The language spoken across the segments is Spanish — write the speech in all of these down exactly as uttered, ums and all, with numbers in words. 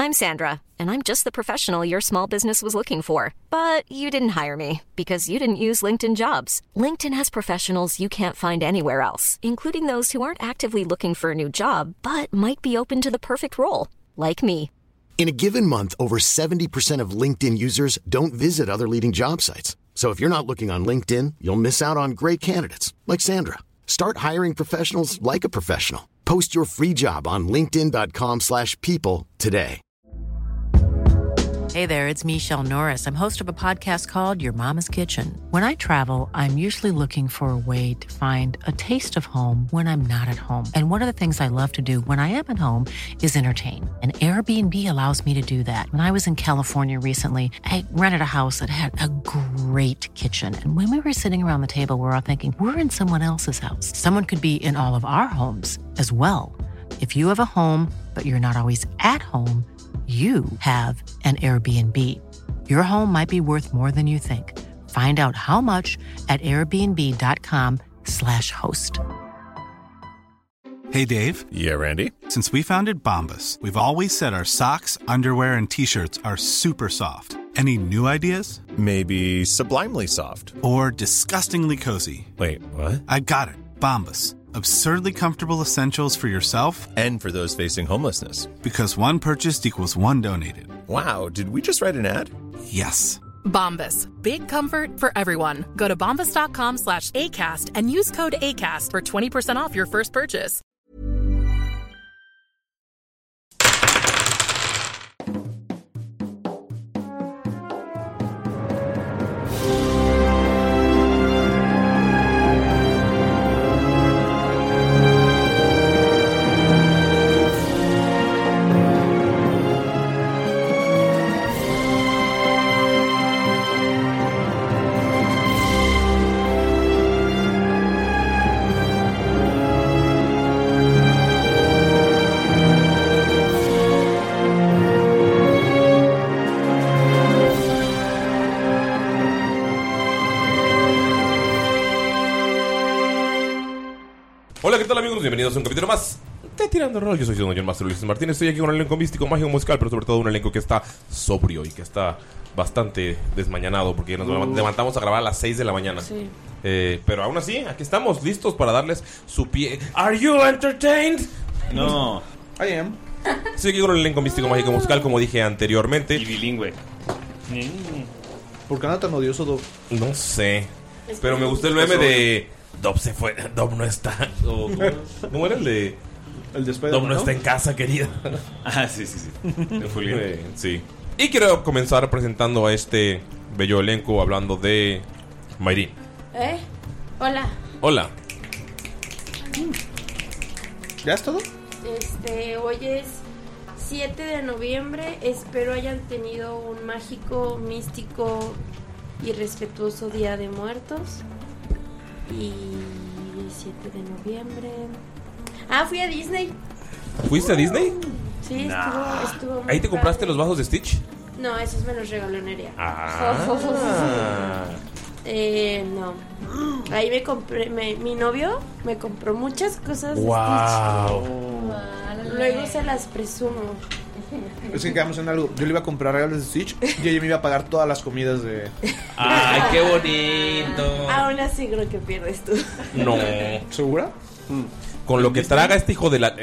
I'm Sandra, and I'm just the professional your small business was looking for. But you didn't hire me because you didn't use LinkedIn Jobs. LinkedIn has professionals you can't find anywhere else, including those who aren't actively looking for a new job, but might be open to the perfect role, like me. In a given month, over seventy percent of LinkedIn users don't visit other leading job sites. So if you're not looking on LinkedIn, you'll miss out on great candidates like Sandra. Start hiring professionals like a professional. Post your free job on linkedin dot com slash people today. Hey there, it's Michelle Norris. I'm host of a podcast called Your Mama's Kitchen. When I travel, I'm usually looking for a way to find a taste of home when I'm not at home. And one of the things I love to do when I am at home is entertain. And Airbnb allows me to do that. When I was in California recently, I rented a house that had a great kitchen. And when we were sitting around the table, we were all thinking, we're in someone else's house. Someone could be in all of our homes as well. If you have a home, but you're not always at home, you have an Airbnb. Your home might be worth more than you think. Find out how much at airbnb.com slash host. Hey, Dave. Yeah, Randy. Since we founded Bombas, we've always said our socks, underwear, and T-shirts are super soft. Any new ideas? Maybe sublimely soft. Or disgustingly cozy. Wait, what? I got it. Bombas. Absurdly comfortable essentials for yourself and for those facing homelessness. Because one purchased equals one donated. Wow, did we just write an ad? Yes. Bombas. Big comfort for everyone. Go to bombas.com slash ACAST and use code ACAST for twenty percent off your first purchase. Hola, ¿qué tal, amigos? Bienvenidos a un capítulo más de Tirando Rol. Yo soy Don John Master Luis Martínez. Estoy aquí con un elenco místico, mágico, musical, pero sobre todo un elenco que está sobrio y que está bastante desmañanado porque nos uh. levantamos a grabar a las seis de la mañana. Sí. Eh, pero aún así, aquí estamos listos para darles su pie. ¿Are you entertained? No. I am. Estoy aquí con un elenco místico, mágico, musical, como dije anteriormente. Y bilingüe. ¿Por qué anda tan odioso, Dob? No sé. Pero me gustó el meme de Dob se fue, Dob no está. O, ¿cómo, ¿Cómo era el de? El de Dob no, ¿no? está en casa, querida. Ah, sí, sí, sí. eh, sí. Y quiero comenzar presentando a este bello elenco hablando de Mayrin. ¿Eh? Hola. Hola. ¿Ya es todo? Este, hoy es siete de noviembre. Espero hayan tenido un mágico, místico y respetuoso Día de Muertos. Y siete de noviembre. Ah, fui a Disney. ¿Fuiste a Disney? Sí, nah. estuvo, estuvo muy ¿Ahí te compraste padre. los bajos de Stitch? No, esos me los regaló Nerea. Ah. eh, no. Ahí me compré, me, mi novio me compró muchas cosas de wow. Stitch. Luego se las presumo. Es que quedamos en algo. Yo le iba a comprar regalos de Stitch y ella me iba a pagar todas las comidas de... ¡Ay, qué bonito! Aún así creo que pierdes tú. No. ¿Segura? Con lo que traga este hijo de la...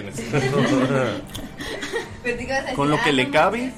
Con lo que le cabe.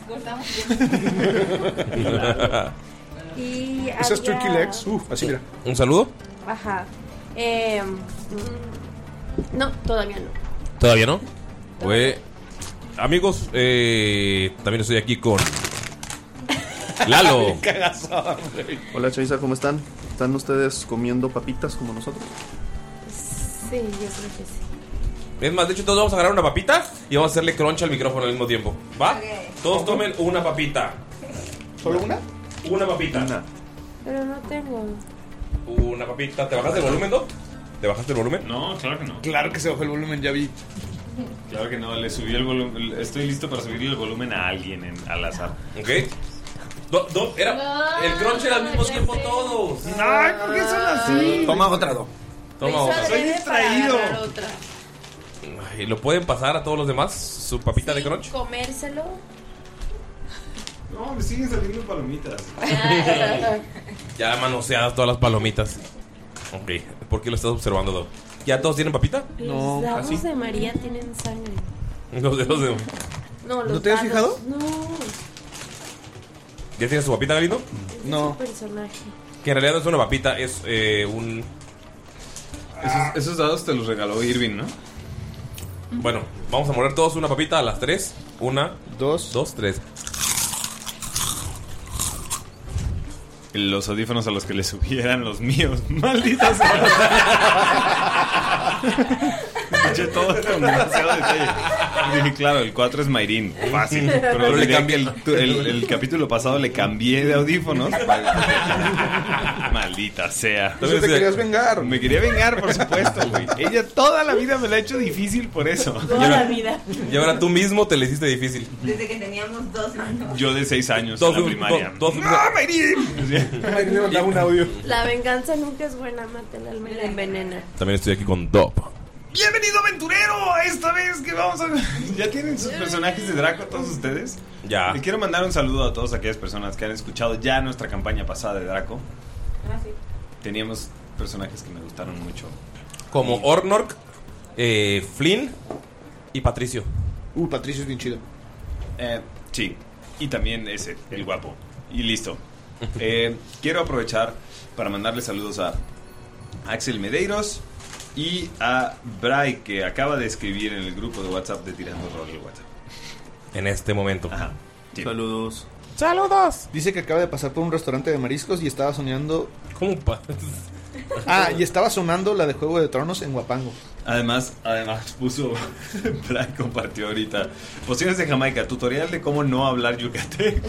Y Ese es había... Turkey Legs. Uf, así mira. ¿Un saludo? Ajá. Eh, mm, no, todavía no. ¿Todavía no? Pues, amigos, eh, también estoy aquí con Lalo. Hola, Chaisa, ¿cómo están? ¿Están ustedes comiendo papitas como nosotros? Sí, yo creo que sí. Es más, de hecho, todos vamos a agarrar una papita y vamos a hacerle crunch al micrófono al mismo tiempo. ¿Va? Okay. Todos tomen una papita. ¿Solo una? Una papita. Una. Pero no tengo. Una papita. ¿Te bajaste el volumen, Doc? ¿Te bajaste el volumen? No, claro que no. Claro que se bajó el volumen, ya vi. Claro que no, le subí el volumen. Estoy listo para subirle el volumen a alguien en, al azar. Ok. Do, do, era, no, el crunch era al mismo tiempo todos. Ay, ¿por qué son así? Toma otra, Do. Toma otra. Soy distraído. ¿Y lo pueden pasar a todos los demás? ¿Su papita sí, de crunch? Comérselo. No, me siguen saliendo palomitas. Ya manoseadas todas las palomitas. Ok, ¿por qué lo estás observando, Dob? ¿Ya todos tienen papita? Los dados de María tienen sangre. Los dedos de... No, los ¿No te has dados, fijado? No. ¿Ya tienes tu papita, Galindo? No. Es un personaje. Que en realidad no es una papita, es eh, un... Esos, esos dados te los regaló Irving, ¿no? Bueno, vamos a moler todos una papita a las tres. Una, dos, dos, tres. Los audífonos a los que le subieran los míos. Malditas sea. Escuché todo con demasiado detalle. Dije, claro, el cuatro es Mayrin. Fácil. Pero, Pero le le cambié el, el, el capítulo pasado le cambié de audífonos. Maldita sea. Eso te querías vengar. Me quería vengar, por supuesto, güey. Ella toda la vida me la ha hecho difícil por eso. Toda la vida. Y ahora tú mismo te le hiciste difícil. Desde que teníamos dos años. Yo de seis años Todos en la fuimos- primaria. to- todos fuimos- ¡No, Mayrin! Mayrin le mandaba un audio. La venganza nunca es buena, mata el alma y la envenena. También estoy aquí con Dob. Bienvenido aventurero, esta vez que vamos a... ¿Ya tienen sus personajes de Draco todos ustedes? Ya. Le quiero mandar un saludo a todas aquellas personas que han escuchado ya nuestra campaña pasada de Draco. Ah, sí. Teníamos personajes que me gustaron mucho. Como Ornork, eh, Flynn y Patricio. Uh, Patricio es bien chido. Eh, sí, y también ese, el guapo. Y listo. Eh, quiero aprovechar para mandarle saludos a Axel Medeiros y a Bray, que acaba de escribir en el grupo de WhatsApp de Tirando Rol el WhatsApp. En este momento. Ajá. Sí. Saludos. ¡Saludos! Dice que acaba de pasar por un restaurante de mariscos y estaba soñando. ¿Cómo pa? Ah, y estaba sonando la de Juego de Tronos en Guapango. Además, además puso, Bray compartió ahorita Pociones de Jamaica, tutorial de cómo no hablar yucateco.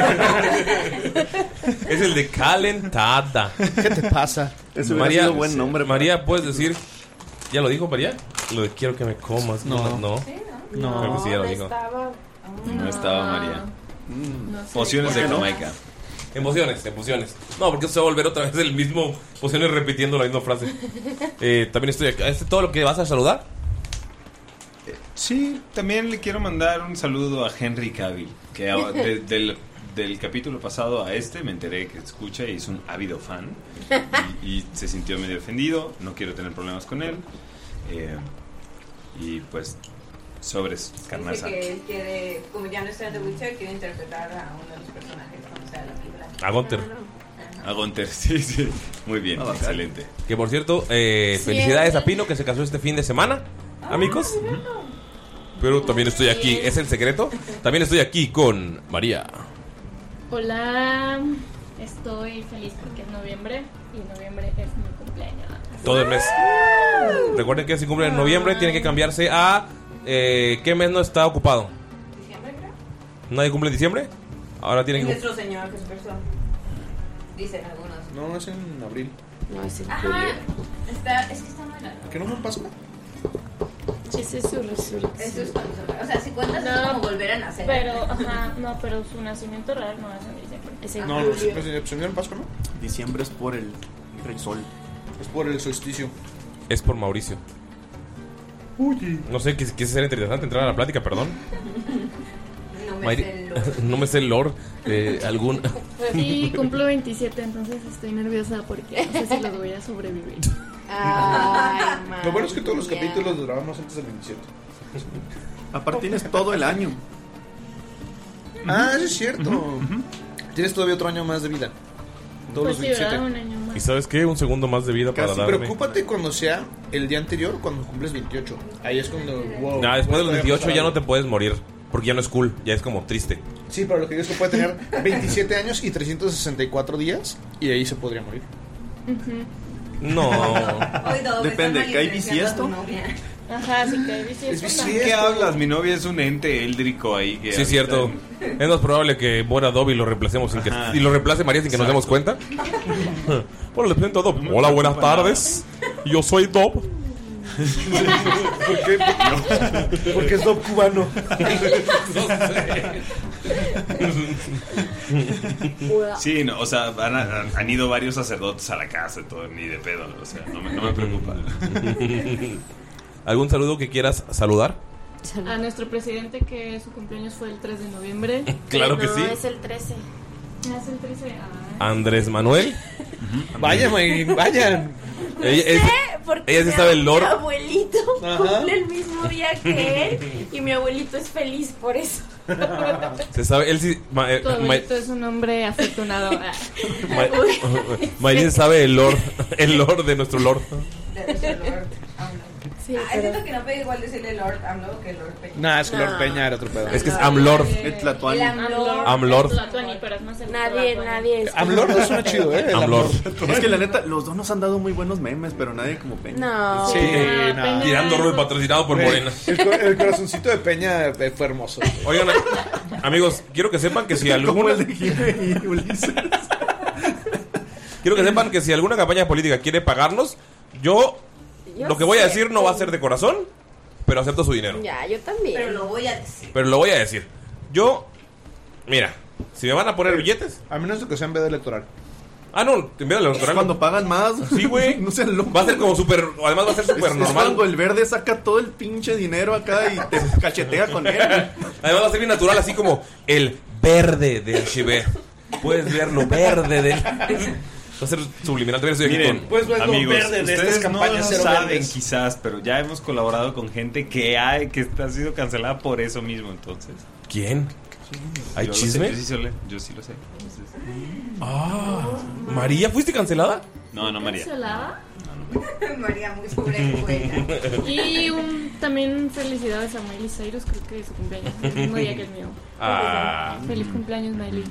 Es el de calentada. ¿Qué te pasa? Ese hubiera María, sido buen nombre. María, ¿puedes decir? ¿Ya lo dijo María? Lo de quiero que me comas. No. No. No. Creo que sí, ya lo no dijo. estaba. No estaba María. No sé. Pociones de ¿Por qué no? Jamaica. Emociones, emociones. No, porque eso se va a volver otra vez el mismo. Pociones repitiendo la misma frase. Eh, también estoy acá. ¿Es todo lo que vas a saludar? Sí, también le quiero mandar un saludo a Henry Cavill, que a- de- del, del capítulo pasado a este me enteré que escucha y es un ávido fan y, y se sintió medio ofendido, no quiero tener problemas con él. Eh, y pues, sobres, carnaza. Dice que él quiere, como ya no está en The Witcher, quiere interpretar a uno de los personajes cuando sea la película. A Gunter. A Gunter, sí, sí. Muy bien, Ah, excelente. Que por cierto, eh, Sí. felicidades a Pino que se casó este fin de semana, amigos. Pero también estoy aquí, ¿es el secreto? También estoy aquí con María. Hola, estoy feliz porque es noviembre y noviembre es mi cumpleaños. Todo el mes. Recuerden que si cumplen en noviembre, tienen que cambiarse a... Eh, ¿qué mes no está ocupado? Diciembre, creo. ¿Nadie cumple en diciembre? Ahora tienen que... Nuestro Señor Jesucristo. Dicen algunos. No, es en abril. No, es en Ajá. julio. Está, es que está mal. ¿Que no fue en Pascua? Ese es su resurrección. Eso es cuando se... O sea, si cuentas es No, como volver a nacer. Pero, ajá, no, pero su nacimiento real no es en diciembre. Es en No, no, julio. pues, pues, en Pascua, ¿no? Diciembre es por el Rey Sol. Es por el solsticio. Es por Mauricio. No sé, quise, quise ser interesante, entrar a la plática, perdón. No me Mayri- sé el lore. no me sé el lore de algún... Sí, cumplo veintisiete, entonces estoy nerviosa porque no sé si los voy a sobrevivir. Ay, Lo bueno es que todos los María. capítulos duraban más antes del veintisiete. Aparte tienes todo el año. Ah, eso es cierto. Tienes todavía otro año más de vida. Todos Pues los sí, ¿verdad? veintisiete. Un año más. ¿Y sabes qué? Un segundo más de vida para Casi. darme... Preocúpate cuando sea el día anterior, cuando cumples veintiocho. Ahí es cuando. Wow, Nah, después de los puede veintiocho pasar ya no algo. te puedes morir. Porque ya no es cool, ya es como triste. Sí, pero lo que digo es que puede tener veintisiete años y trescientos sesenta y cuatro días. Y ahí se podría morir. Ujú. No. Hoy todo, Depende, está ¿que hay mal bisiesto? influenciando a tu novia. Ajá, sí que bisiesto. Es no. bisiesto. ¿Qué hablas? Mi novia es un ente éldrico ahí que Sí, es habita cierto. en- Es más probable que muera Dobby y lo reemplacemos sin que... Ajá. Y lo reemplace María sin que nos demos cuenta. Bueno, le presento a Dob. Hola, buenas tardes. Yo soy Dob. ¿Por qué? Porque es dob cubano. Sí, no, o sea, han, han- han ido varios sacerdotes a la casa y todo, ni de pedo, o sea, no me, no me preocupa. ¿Algún saludo que quieras saludar? A nuestro presidente, que su cumpleaños fue el tres de noviembre. Claro que no, sí. es el trece. Ah, es el trece. Ah. Andrés Manuel. Vayan, vayan. Ella, es, Porque ella sí sabe el lore. mi abuelito Ajá. cumple el mismo día que él y mi abuelito es feliz por eso. Se sabe, él sí. Ma, eh, Tu abuelito es un hombre afortunado. Ah. Ma- Maylin sabe el lore, el lore de nuestro lord. De nuestro Lord AMLO. Sí, ah, pero- siento que no pega igual decirle Lord AMLO que Lord Peña. Nah, es que Lord Peña era otro pedo. Es que es Amlord. El Tlatuani. El AMLord. Amlord. Tlatuani, pero es más el Nadie, Tlatuani. nadie es. Amlord no suena chido, ¿eh? El Amlord. Es que la neta, los dos nos han dado muy buenos memes, pero nadie como Peña. No. Sí, Ah, no. Peña. Tirando rol patrocinado por Güey, Morena. El, co- el corazoncito de Peña eh, fue hermoso. Oigan, amigos, quiero que sepan que si Como alguna. el de Jimmy y Ulises. Quiero que sepan que si alguna campaña política quiere pagarnos, yo. Yo Lo que voy a sé. decir no va a ser de corazón, pero acepto su dinero. Ya, yo también. Pero lo voy a decir. Pero lo voy a decir. Yo. Mira, si me van a poner billetes. A menos de que sea en vez de electoral. Ah, no, en vez de Es electoral. cuando pagan más. Sí, güey. No sean locos. Va a ser como súper. Además, va a ser súper Es, es normal. cuando el verde saca todo el pinche dinero acá y te cachetea con él. Además, va a ser bien natural, así como el verde del Chiver. Puedes ver lo verde del. Va a ser subliminal. Todavía estoy aquí Miren, con. Pues, pues, lo amigos, verde de ustedes estas campañas no cero saben verdes. quizás, pero ya hemos colaborado con gente que hay, que está, ha sido cancelada por eso mismo, entonces. ¿Quién? ¿Hay Yo lo chisme? sé, yo, sí lo, yo sí lo sé. Entonces, Ah, ¿María fuiste cancelada? no, no, María. ¿Cancelada? María muy sobrebuena. Y un, también felicidades a Miley Cyrus, creo que es su cumpleaños, el mismo día que el mío. Ah. Feliz cumpleaños, Miley.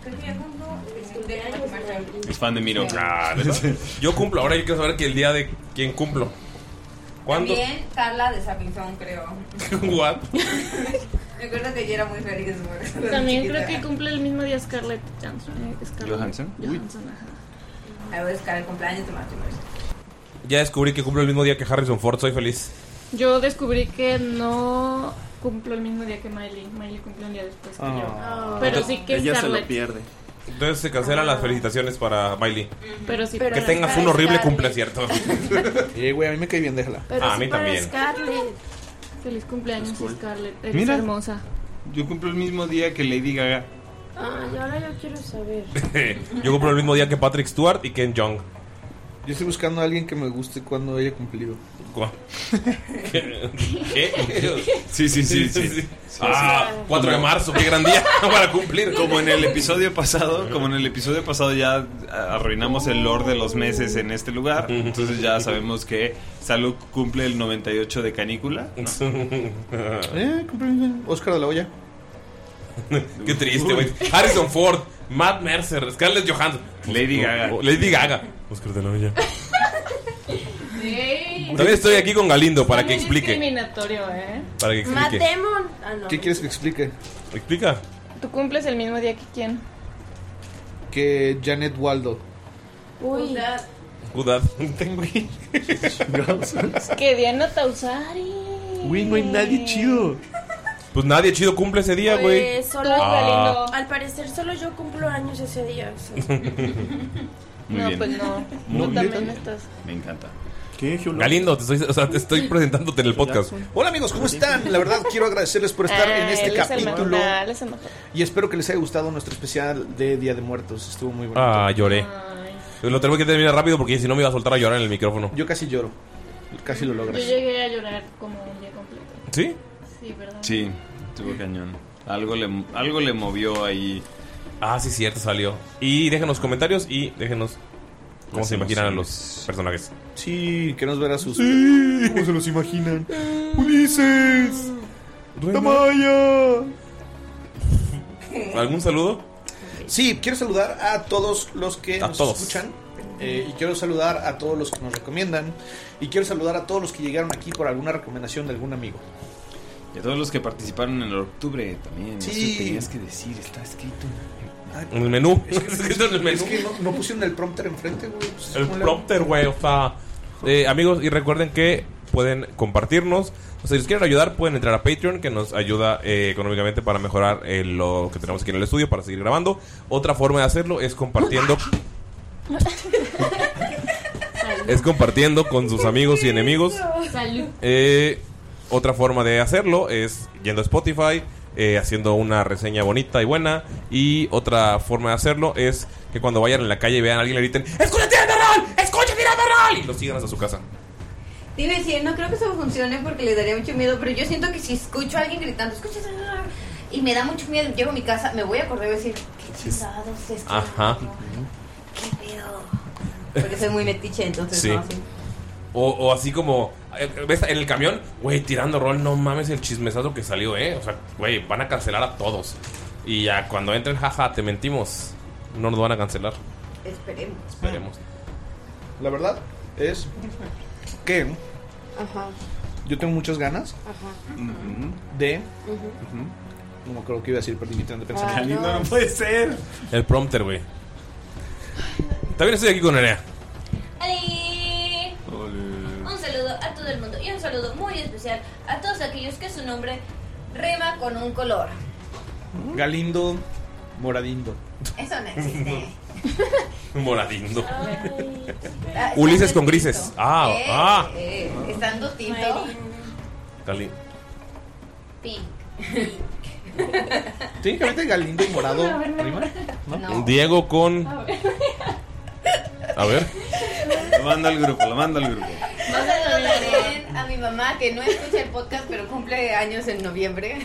Es fan de Miro. Ah, yo cumplo. Ahora yo quiero saber que el día de quién cumplo. ¿Cuándo? También Carla de Sapinzón, creo. What? Me acuerdo que yo era muy feliz por eso. También chiquita. creo que cumple el mismo día Scarlett Johansson. eh, Scarlett ¿Johansson? Johansson, ajá. Ahí voy a buscar el cumpleaños de Martin Luther. Ya descubrí que cumplo el mismo día que Harrison Ford. Soy feliz. Yo descubrí que no cumplo el mismo día que Miley. Miley cumple un día después que Ah. yo. Pero sí que Ella se Scarlett. lo pierde. Entonces se cancelan las felicitaciones para Miley. Pero sí. Pero Que no tengas para un horrible Scarlett. cumple, ¿cierto? Y güey, a mí me cae bien, déjala. Pero Ah, a sí mí para también. Scarlett. Feliz cumpleaños, Es cool. Scarlett. Eres Mira. hermosa. Yo cumplo el mismo día que Lady Gaga. Ah, y ahora yo quiero saber. Yo cumplo el mismo día que Patrick Stewart y Ken Jeong. Yo estoy buscando a alguien que me guste cuando haya cumplido. ¿Cuá? ¿Qué? ¿Qué? Sí, sí, sí, sí. Ah, cuatro de marzo, qué gran día para cumplir. Como en el episodio pasado, como en el episodio pasado ya arruinamos el lore de los meses en este lugar, entonces ya sabemos que Salud cumple el noventa y ocho de canícula. Eh, cumple Oscar de la Hoya. Qué triste, güey. Harrison Ford, Matt Mercer, Scarlett Johansson, Lady Gaga. Lady Gaga. Oscar de la Hoya. Ey, También estoy aquí con Galindo para que también explique. discriminatorio, ¿eh? Para que explique. Matemon. Ah, no. ¿Qué quieres que explique? Explica. ¿Tú cumples el mismo día que quién? Que Janet Waldo. Uy. Cuidado. Tengo Que Diana Tausari. Güey, no hay nadie chido. Pues nadie chido cumple ese día, güey. Pues solo Tú, Ah. Galindo. Al parecer solo yo cumplo años ese día. o sea. Muy No, bien. pues no. Muy Tú bien. también estás. Me encanta. ¿Qué, Giolo? Galindo, te estoy, o sea, te estoy presentándote en el podcast. Hola amigos, ¿cómo están? La verdad quiero agradecerles por estar en Ah, este él es el capítulo mejor. Ah, él es el mejor. y espero que les haya gustado nuestro especial de Día de Muertos. Estuvo muy bonito. Ah, lloré. Ay. Lo tengo que terminar rápido porque si no me iba a soltar a llorar en el micrófono. Yo casi lloro. Casi lo Yo logras. llegué a llorar como un día completo. ¿Sí? Sí, ¿verdad? Sí, estuvo cañón. Algo le, algo le movió ahí. Ah, sí, cierto, salió. Y déjenos comentarios y déjenos cómo se Las imaginan a emociones. los personajes. Sí, que nos ver a sus... ¿Cómo se los imaginan? ¡Ulises! ¡Tamaya! ¿Algún saludo? Sí, quiero saludar a todos los que A nos todos. escuchan. eh, y quiero saludar a todos los que nos recomiendan. Y quiero saludar a todos los que llegaron aquí por alguna recomendación de algún amigo. Y a todos los que participaron en el octubre también. Sí. Eso tenías que decir, está escrito. En el menú. Es que, Está escrito en el menú. es que no, no pusieron el prompter enfrente, güey. Pues, El ¿cómo le- prompter, güey, o sea, eh, amigos, y recuerden que pueden compartirnos. O sea, si nos quieren ayudar, pueden entrar a Patreon, que nos ayuda eh, económicamente para mejorar eh, lo que tenemos aquí en el estudio, para seguir grabando. Otra forma de hacerlo es compartiendo. es compartiendo con sus amigos y enemigos. Salud. Eh, otra forma de hacerlo es yendo a Spotify, eh, haciendo una reseña bonita y buena. Y otra forma de hacerlo es que cuando vayan en la calle y vean a alguien le griten ¡escucha tirando rol! ¡Escucha tirando rol! Y lo sigan hasta su casa. Te iba a decir, no creo que eso funcione porque les daría mucho miedo, pero yo siento que si escucho a alguien gritando, escucha y me da mucho miedo, llego a mi casa, me voy a acordar y voy a decir, qué chingados es que Ajá. qué pedo. Porque soy muy metiche, entonces Sí. no así. O, o así como, eh, ¿ves? En el camión, güey, tirando rol, no mames el chismesazo que salió, ¿eh? O sea, güey, van a cancelar a todos. Y ya cuando entren, jaja, te mentimos, no nos van a cancelar. Esperemos. Esperemos. La verdad es que Ajá. yo tengo muchas ganas Ajá. de... Ujú. No me acuerdo qué iba a decir, perdí mi tren de pensamiento. Ah, no. No, no puede ser. El prompter, güey. También estoy aquí con Nerea. ¡Holi! Un saludo a todo el mundo y un saludo muy especial a todos aquellos que su nombre rima con un color. Galindo, Moradindo. Eso no existe. Moradindo. Ah, Ulises está con grises. Ah, Eh, ah. eh, estando tinto. Gali- Pink. Técnicamente Galindo y Morado rima, ¿no? No. Diego con... A ver. Lo mando al grupo, lo mando al grupo. Un saludo también a mi mamá que no escucha el podcast pero cumple años en noviembre.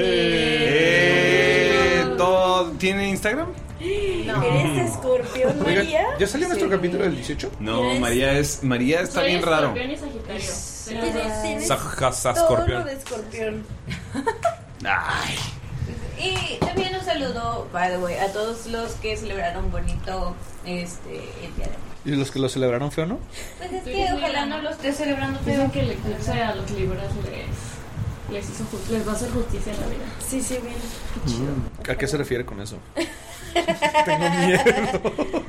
Eh, ¿todo- ¿Tiene Instagram? No. ¿Eres escorpión, Oigan, María? ¿ya salió nuestro capítulo del dieciocho? No, ¿Eres? María es María está Soy bien raro. Escorpión y Sagitario. Tienes, tienes Saja, sa, todo escorpión. lo de escorpión. Ay. Y también un saludo, by the way, a todos los que celebraron bonito este el día de hoy. ¿Y los que lo celebraron feo, no? Pues es Tú que eres ojalá Libra. no lo esté celebrando feo. Dicen que el eclipse a los libros les, les, hizo ju- les va a hacer justicia en la vida. Sí, sí, bien. ¿A qué se refiere con eso? Tengo miedo.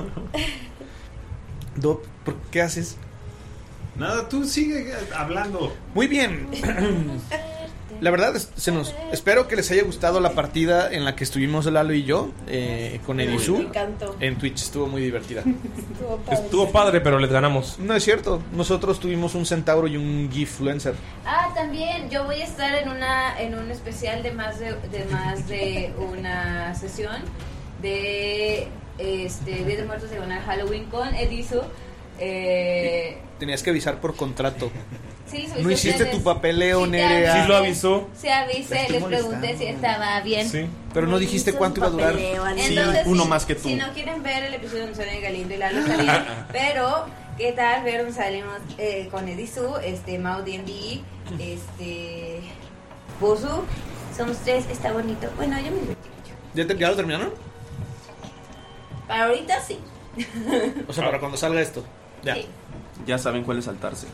Doc, ¿por qué haces? Nada, tú sigue hablando. Muy bien. La verdad, es- se nos espero que les haya gustado la partida en la que estuvimos Lalo y yo eh, con Me Edisu encantó. en Twitch. Estuvo muy divertida. Estuvo padre. Estuvo padre, pero les ganamos. No es cierto. Nosotros tuvimos un centauro y un gifluencer. Ah, también yo voy a estar en una en un especial de más de, de más de una sesión de este Día de Muertos diagonal Halloween con Edisu. Eh, Tenías que avisar por contrato. sí, les avisé No a hiciste ustedes. tu papeleo, Sí, te Nerea. avisé. Sí lo avisó. Sí avisé, estoy les pregunté molestando. si estaba bien. Sí. Pero no dijiste cuánto iba a durar. Entonces, uno si, más que tú. Si no quieren ver el episodio donde salen Galindo y Lalo salían, pero ¿qué tal ver donde salimos eh, con Edisu, este Mau D and D, este Bosu? Somos tres, está bonito. Bueno, yo me divertí mucho. ¿Ya, te- ya lo terminaron? Para ahorita sí. O sea, para cuando salga esto. Ya. Sí. Ya saben cuál es saltarse.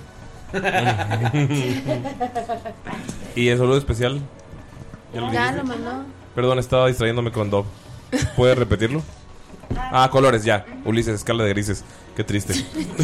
¿Y el saludo especial? ¿Ya lo Ya dijiste? lo mandó. Perdón, estaba distrayéndome con Dob. ¿Puedes repetirlo? Ah, colores, ya. Ulises, escala de grises. Qué triste.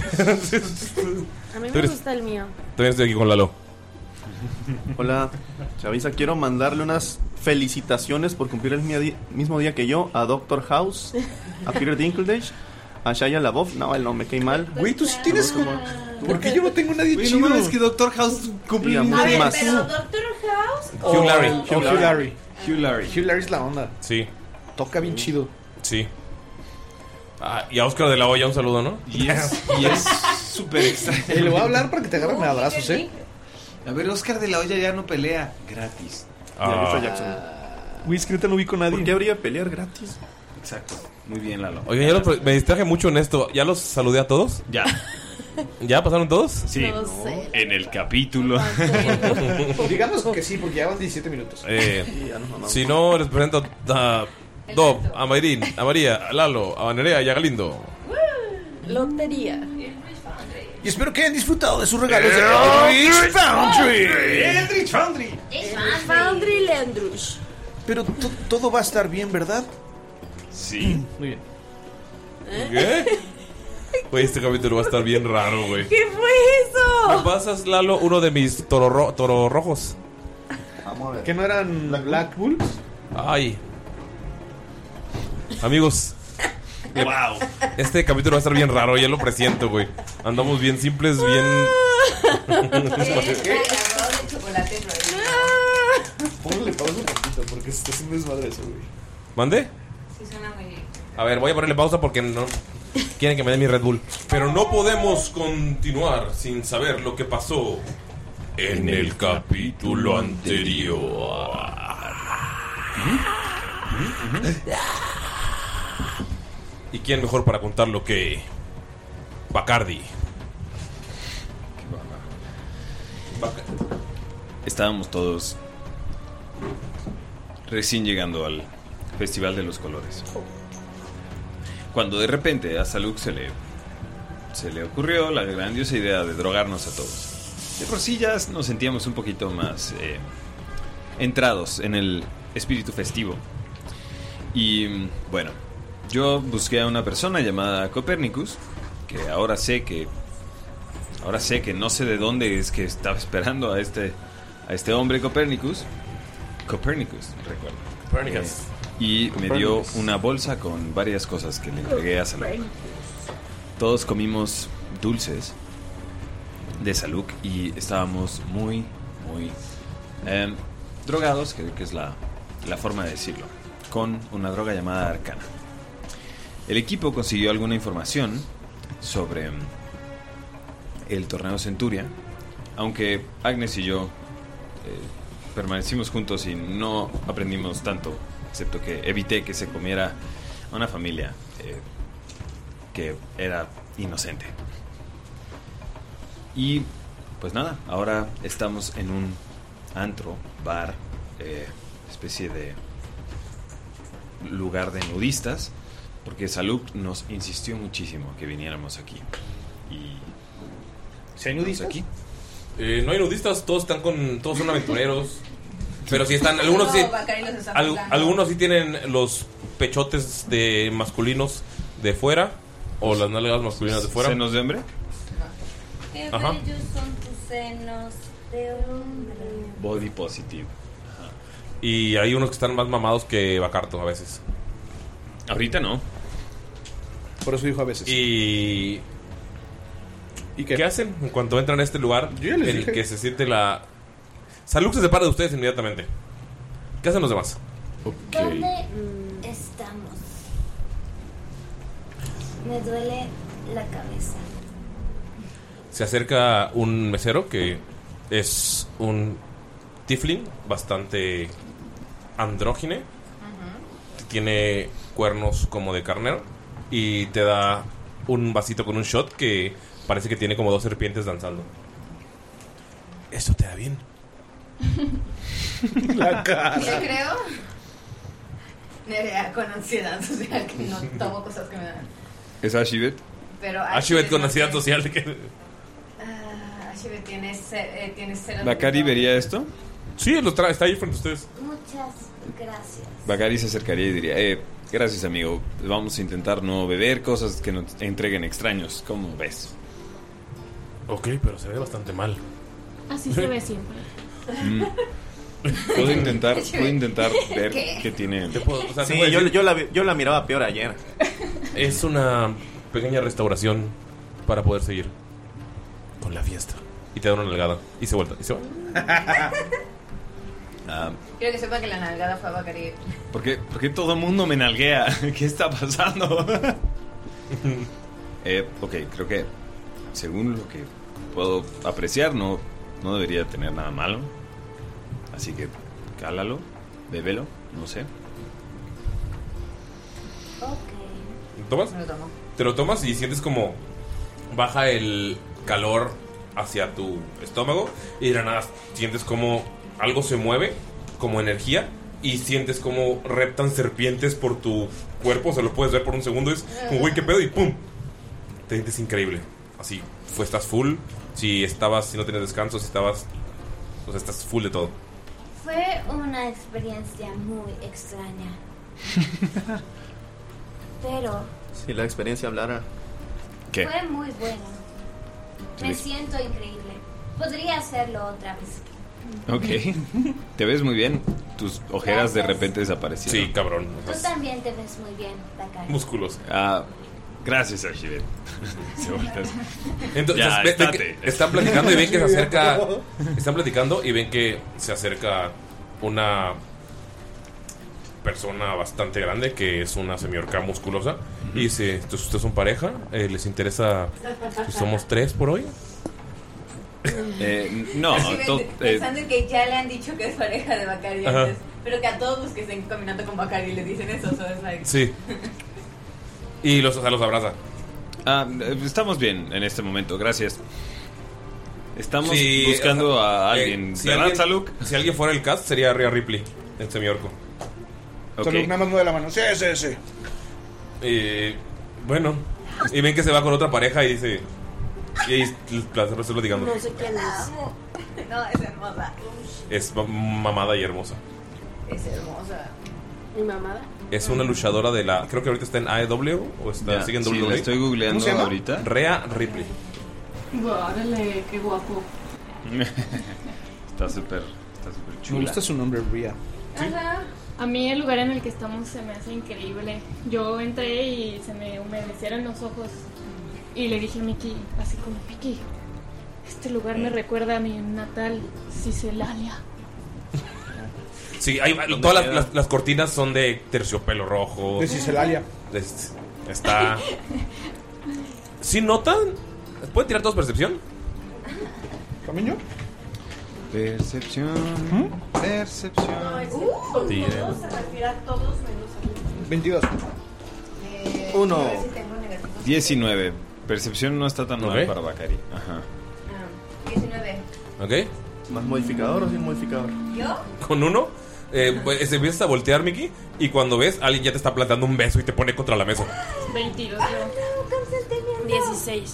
A mí Tú me eres- gusta el mío. También estoy aquí con Lalo. Hola, Chavisa, quiero mandarle unas felicitaciones por cumplir el mi- mismo día que yo a Doctor House, a Peter Dinklage, a Shia LaBeouf. No, el no me cae mal. Güey, tú sí tienes como... ¿Por qué yo no tengo nadie Güey, chido? no mames que Doctor House cumple Y a el mismo A muchos ver, día. más. pero Doctor House Hugh Larry. O Hugh Larry. Hugh Larry. Hugh Larry es la onda. Sí, Toca bien chido. sí. Ah, y a Oscar de la Hoya un saludo, ¿no? Y es y es súper extraño. Eh, le voy a hablar para que te agarren a abrazos, ¿eh? A ver, Oscar de la Hoya ya no pelea gratis. Ya, yo soy Ah. Jackson. Güey, es que ahorita no vi con nadie. ¿Por qué habría de pelear gratis? Exacto. Muy bien, Lalo. Oigan, ya los- me distraje mucho en esto. ¿Ya los saludé a todos? Ya. ¿Ya pasaron todos? Sí. No sé. En el capítulo. Digamos que sí, porque ya van diecisiete minutos. Eh, Sí, ya nos mamamos. si no, les presento a Dob, a Mayrin, a María, a Lalo, a Nerea y a Galindo. Lotería. Y espero que hayan disfrutado de sus regalos de Eldritch Foundry. Eldritch Foundry. Foundry Landrush. Pero to- todo va a estar bien, ¿verdad? Sí. Muy bien. ¿Qué? Güey, este capítulo va a estar bien raro, güey. ¿Qué fue ¿Me eso? pasas, Lalo, uno de mis toro, ro- toro rojos? Vamos a ver. ¿Que no eran Black Bulls? Ay. Amigos, Wow. este capítulo va a estar bien raro, ya lo presiento, güey. Andamos bien simples, bien... ¿Qué? de chocolate, pausa porque se está haciendo desmadre eso, güey. ¿Mande? Sí, suena muy bien. A ver, voy a ponerle pausa porque no quieren que me den mi Red Bull. Pero no podemos continuar sin saber lo que pasó en el capítulo anterior. ¿Y quién mejor para contarlo que Bacardi? Bac- Estábamos todos recién llegando al Festival de los Colores, cuando de repente a Saluk se le se le ocurrió la grandiosa idea de drogarnos a todos. De por sí ya nos sentíamos un poquito más eh, entrados en el espíritu festivo. Y bueno, yo busqué a una persona llamada Copernicus, que ahora sé que ahora sé que no sé de dónde es que estaba esperando a este a este hombre Copernicus. Copernicus, recuerdo. Copernicus. Eh, y me dio una bolsa con varias cosas que le entregué a Saluk. Todos comimos dulces de Saluk y estábamos muy, muy eh, drogados, creo que es la, la forma de decirlo, con una droga llamada Arcana. El equipo consiguió alguna información sobre el torneo Centuria, aunque Agnes y yo eh, permanecimos juntos y no aprendimos tanto, excepto que evité que se comiera a una familia eh, que era inocente. Y pues nada, ahora estamos en un antro, bar, eh, especie de lugar de nudistas, porque Saluk nos insistió muchísimo que viniéramos aquí. Y ¿si hay nudistas aquí? Eh, no hay nudistas, todos están con, todos son aventureros. Pero sí están, algunos sí, No, Bacari los está al- juzgando. algunos sí tienen los pechotes de masculinos de fuera o las nalgas masculinas de fuera. ¿Senos de hombre? Qué Ajá. bellos son tus senos de hombre. Body positive. Y hay unos que están más mamados que Bacarto a veces. Ahorita no. Por eso dijo a veces. Y ¿Y qué? hacen en cuanto entran a este lugar Yo ya les en el dije. que se siente la Saluk se separa de ustedes inmediatamente? ¿Qué hacen los demás? ¿Dónde estamos? Me duele la cabeza. Se acerca un mesero que es un tiefling bastante andrógine. Tiene cuernos como de carnero y te da un vasito con un shot que parece que tiene como dos serpientes danzando. Eso te da bien. La cara. Yo creo. Nerea con ansiedad social, que no tomo cosas que me dan. ¿Es Ashibet? Pero Ashibet con no ansiedad tiene- social de que... Ah, Ashibet tiene, ce- eh, tiene cero. ¿Bacari vería esto? Sí, lo trae, está ahí frente a ustedes. Muchas gracias. Bacari se acercaría y diría, eh, gracias amigo, vamos a intentar no beber cosas que nos entreguen extraños, ¿cómo ves? Ok, pero se ve bastante mal. Así se ve siempre. Mm. Puedo intentar, puedo intentar ver ¿Qué? qué tiene. Te puedo- o sea, te Sí, puedo yo, decir- yo, la, vi- yo la miraba peor ayer. Es una pequeña restauración para poder seguir con la fiesta. Y te da una nalgada. Y se vuelta. Y se va. Ah, Quiero que sepa que la nalgada fue a Bacari. ¿por, qué, ¿Por qué todo el mundo me nalguea? ¿Qué está pasando? eh, ok, creo que según lo que puedo apreciar, no, no debería tener nada malo. Así que cálalo, bébelo, no sé. ¿Lo tomas? Me lo tomo. Te lo tomas y sientes como baja el calor hacia tu estómago y de la nada sientes como algo se mueve, como energía, y sientes como reptan serpientes por tu cuerpo, o sea, lo puedes ver por un segundo, es como, güey, qué pedo, y pum, te sientes increíble. Así, fue, estás full, si estabas, si no tienes descanso, si estabas, o sea, estás full de todo. Fue una experiencia muy extraña. Pero Si la experiencia hablara. ¿Qué? fue muy buena. Me Sí. siento increíble. Podría hacerlo otra vez. Ok. Te ves muy bien. Tus ojeras de repente desaparecieron. Sí, cabrón. Tú también te ves muy bien, Bacari. Músculos. Ah, gracias, Ashibet. Se voltea así. Entonces, Ya, ve- ven estate. que están platicando y ven que se acerca. Están platicando y ven que se acerca una persona bastante grande que es una semiorca musculosa. Y dice: "Entonces, ¿ustedes son pareja? Eh, ¿Les interesa? Pues somos tres por hoy." Eh, no, Así ven- to- eh, pensando en que ya le han dicho que es pareja de Bacari Ajá. antes, pero que a todos los que estén caminando con Bacari le dicen eso, so es like... Sí. Y los, o sea, los abraza. ah, eh, estamos bien en este momento, gracias. Estamos Sí, buscando o sea, a eh, alguien. si ¿Verdad, alguien- Saluk? Si alguien fuera el cast, sería Rhea Ripley, el semiorco. Ok. Salud, nada más mueve la mano. Sí, sí, sí. Eh, bueno, y ven que se va con otra pareja y dice. Y ahí el placer se lo digamos. No sé quién es. No, es hermosa. Es ma- mamada y hermosa. Es hermosa. ¿Mi mamada? Es una luchadora de la. Creo que ahorita está en A E W o está Ya, sigue en sí, W W E. la estoy googleando ¿Cómo se llama? ahorita. Rhea Ripley. Órale, qué guapo. Está súper, está súper chula. Me gusta su nombre, Rhea. Ajá. A mí el lugar en el que estamos se me hace increíble. Yo entré y se me humedecieron los ojos. Y le dije a Miki, así como, Miki, este lugar me recuerda a mi natal Cicelalia. Sí, hay, todas las, las- las cortinas son de terciopelo rojo. De Cicelalia. Es- Está. ¿Sí notan? ¿Pueden tirar todos percepción? ¿Camiño? Percepción. Percepción. Uh, Tiren. se refiere a todos menos a mí. veintidós. Eh, Uno. a ver si tengo negativos. diecinueve. Percepción no está tan Ok. mal para Bacari. Ajá. Ah, diecinueve. ¿Ok? ¿Más modificador o sin modificador? ¿Yo? Con uno, eh, pues, empiezas a voltear, Mickey. Y cuando ves, alguien ya te está plantando un beso y te pone contra la mesa. veintidós yo. dieciséis.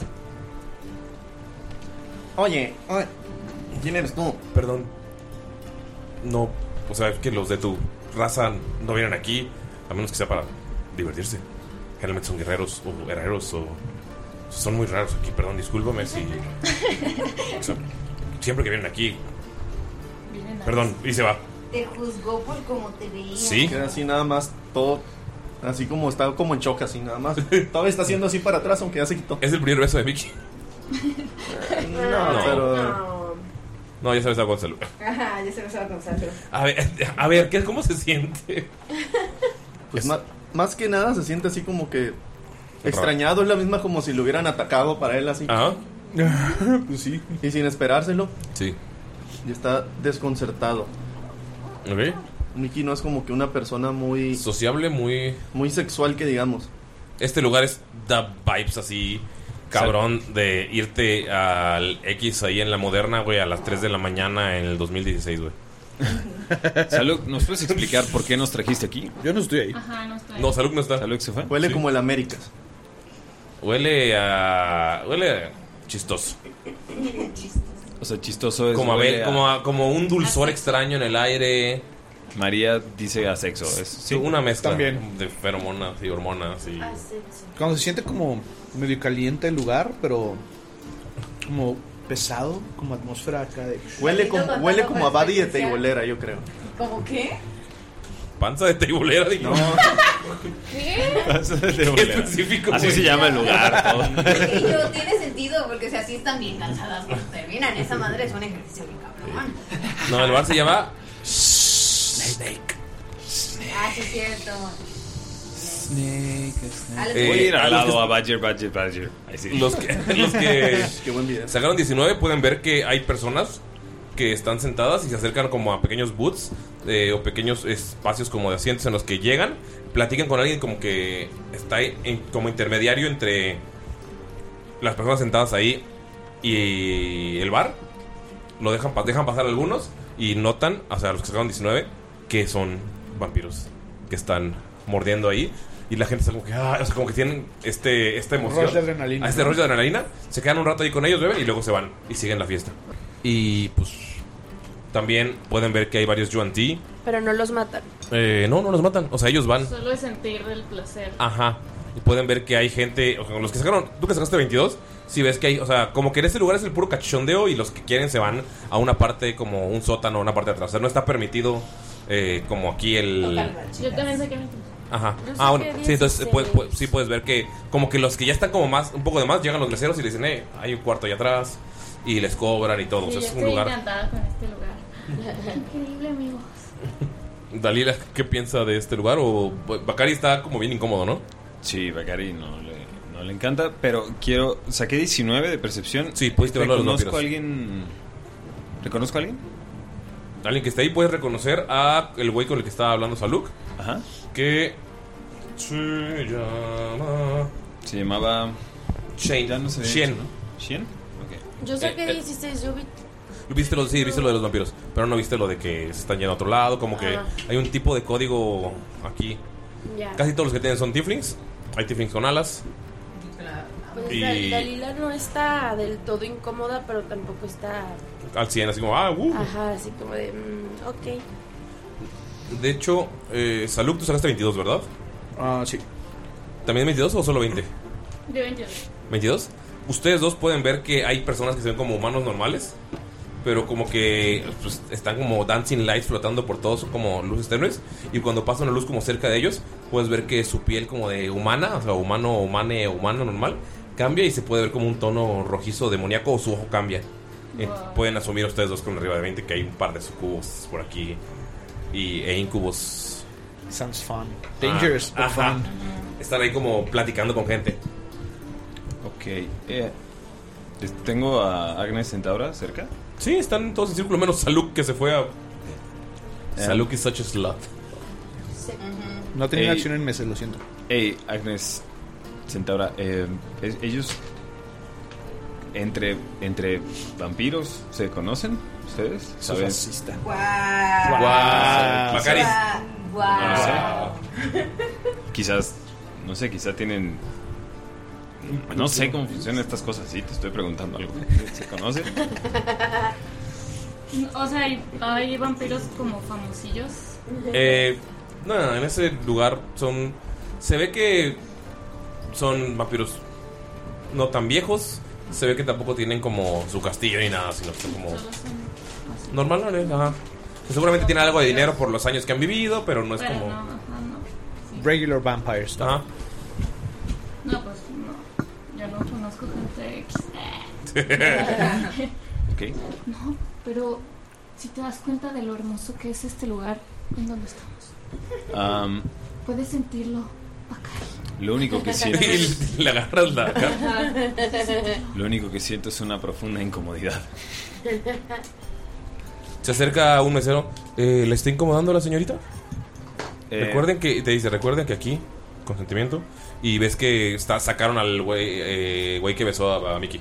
Oye, oye, ¿quién eres tú? Perdón. No, o sea, es que los de tu raza no vienen aquí, a menos que sea para divertirse. Generalmente son guerreros o herreros o... Son muy raros aquí, perdón, discúlpame si... O sea, siempre que vienen aquí... Vienen a- Perdón, y se va. Te juzgó por cómo te veía. Sí. Queda así nada más, todo, así como está como en choque, así nada más. Todavía está haciendo así para atrás, aunque ya se quitó. Es el primer beso de Mickey. No, No. pero... No, ya sabes a Gonzalo. Ajá, ya se me estaba con Sandro. A ver, a ver, ¿qué, ¿cómo se siente? Pues más, más que nada se siente así como que extrañado, es la misma como si lo hubieran atacado para él así. Ajá. Pues sí. Y sin esperárselo. Sí. Y está desconcertado. Ok. Mickey no es como que una persona muy... Sociable, muy... Muy sexual que digamos. Este lugar es da vibes así, cabrón, de irte al X ahí en la Moderna, güey, a las tres de la mañana en el dos mil dieciséis, güey. Salud, ¿nos puedes explicar por qué nos trajiste aquí? Yo no estoy ahí. Ajá, no estoy. No, Salud no está. Salud se fue. Huele Sí. como el Américas. Huele a... Huele chistoso. O sea, chistoso es. Como a, huele ver, como, a- como un dulzor extraño en el aire. María dice a sexo. Es, sí. Una mezcla También. de feromonas y hormonas y... Cuando se siente como medio caliente el lugar, pero como pesado, como atmósfera acá de... Huele como, huele como a Buddy de teibolera, yo creo. ¿Cómo qué? Panza de teibolera, digo. ¿Qué? Qué específico, Así güey. se llama el lugar. todo. Y yo, tiene sentido, porque si así están bien cansadas cuando terminan, esa madre es un ejercicio bien cabrón. No, el bar se llama... Snake. Ah, sí es cierto. Snake, A los Eh, Voy a ir a al los lado que- a Badger, Badger, Badger. Ahí sí. Los que, los que Qué buen video. sacaron diecinueve pueden ver que hay personas que están sentadas y se acercan como a pequeños booths eh, o pequeños espacios como de asientos en los que llegan, platican con alguien como que está en- como intermediario entre las personas sentadas ahí y el bar. Lo dejan, pa- dejan pasar algunos y notan, o sea, los que sacaron diecinueve, que son vampiros que están mordiendo ahí. Y la gente está como que, ah, o sea, como que tienen este, esta emoción. Rush de adrenalina, A este ¿no? rush de adrenalina. Se quedan un rato ahí con ellos, beben, y luego se van y siguen la fiesta. Y pues también pueden ver que hay varios Yuan Ti. Pero no los matan. Eh, no, no los matan. O sea, ellos van. Solo es sentir el placer. Ajá. Y pueden ver que hay gente, o sea, los que sacaron, tú que sacaste veintidós, si ves que hay, o sea, como que en este lugar es el puro cachondeo y los que quieren se van a una parte como un sótano, una parte de atrás. O sea, no está permitido eh, como aquí el... Yo también sé que me... Ajá. Yo Ah, bueno, saqué sí, entonces dieciséis. puedes, puedes- sí puedes ver que como que los que ya están como más, un poco de más, llegan los meseros y le dicen, eh, hay un cuarto allá atrás y les cobran y todo. Sí, o sea, yo es un estoy lugar... encantada con este lugar. Increíble, amigos. Dalila, ¿qué piensa de este lugar? O Bakari está como bien incómodo, ¿no? Sí, Bakari no le, no le encanta, pero quiero... Saqué diecinueve de percepción. Sí, pudiste verlo a los ¿Reconozco a vampiros. alguien? ¿Reconozco a alguien? Alguien que está ahí, puedes reconocer a el güey con el que estaba hablando Saluk. Ajá. Que se llama... Se llamaba... Shane. Ya no sé. Shen. ¿no? ¿Shen? Ok. Yo saqué Eh, eh. dieciséis, yo vi. Viste lo, sí, viste lo de los vampiros, pero no viste lo de que se están yendo a otro lado. Como que Ah. hay un tipo de código aquí. Ya. Casi todos los que tienen son tieflings. Hay tieflings con alas. Pues Y- Dal- Dalila no está del todo incómoda, pero tampoco está. Al cien, así como, ah, uh. Ajá, así como de. mm, ok. De hecho, eh, Saluk, tú sacaste veintidós, ¿verdad? Ah, sí. ¿También veintidós o solo veinte? De veintidós. ¿veintidós? Ustedes dos pueden ver que hay personas que se ven como humanos normales, pero como que pues, están como dancing lights flotando por todos, como luces tenues. Y cuando pasa una luz como cerca de ellos, puedes ver que su piel como de humana, o sea, humano, humane, humano normal, cambia y se puede ver como un tono rojizo demoníaco o su ojo cambia. Eh, Wow. pueden asumir ustedes dos con arriba de veinte que hay un par de sucubos por aquí y, e incubos. Sounds fun. Dangerous, Ah, but ajá. fun. Están ahí como platicando con gente. Ok. Eh, ¿Tengo a Agnes Centaura cerca? Sí, están todos en círculo, menos Saluk que se fue a... Saluk is such a slut. No tenía Ey. acción en meses, lo siento. Hey, Agnes Centaura, eh, es- ellos entre entre vampiros se conocen ustedes, Eso es ¿saben? racista. Guau. Guau. Bakari. Guau. No lo sé. Quizás, no sé, quizá tienen. No sé cómo funcionan estas cosas, sí, te estoy preguntando algo. ¿Se conocen? O sea, hay, hay vampiros como famosillos. Eh, no, en ese lugar son... Se ve que son vampiros no tan viejos. Se ve que tampoco tienen como su castillo ni nada, sino que son como... Normales, ajá. Que seguramente tienen algo de dinero por los años que han vivido, pero no es Pero como... no, ajá, no. Regular vampire stuff. Ajá. No, pues no. Yo no conozco gente X. Ok. No, pero si te das cuenta de lo hermoso que es este lugar en donde estamos, Am, puedes sentirlo. lo único que siento Y le agarras la cara. Lo único que siento es una profunda incomodidad. Se acerca un mesero. Eh, ¿Le está incomodando a la señorita? Eh, Recuerden que, te dice, recuerden que aquí, consentimiento. Y ves que está, sacaron al güey eh, güey que besó a, a Mickey.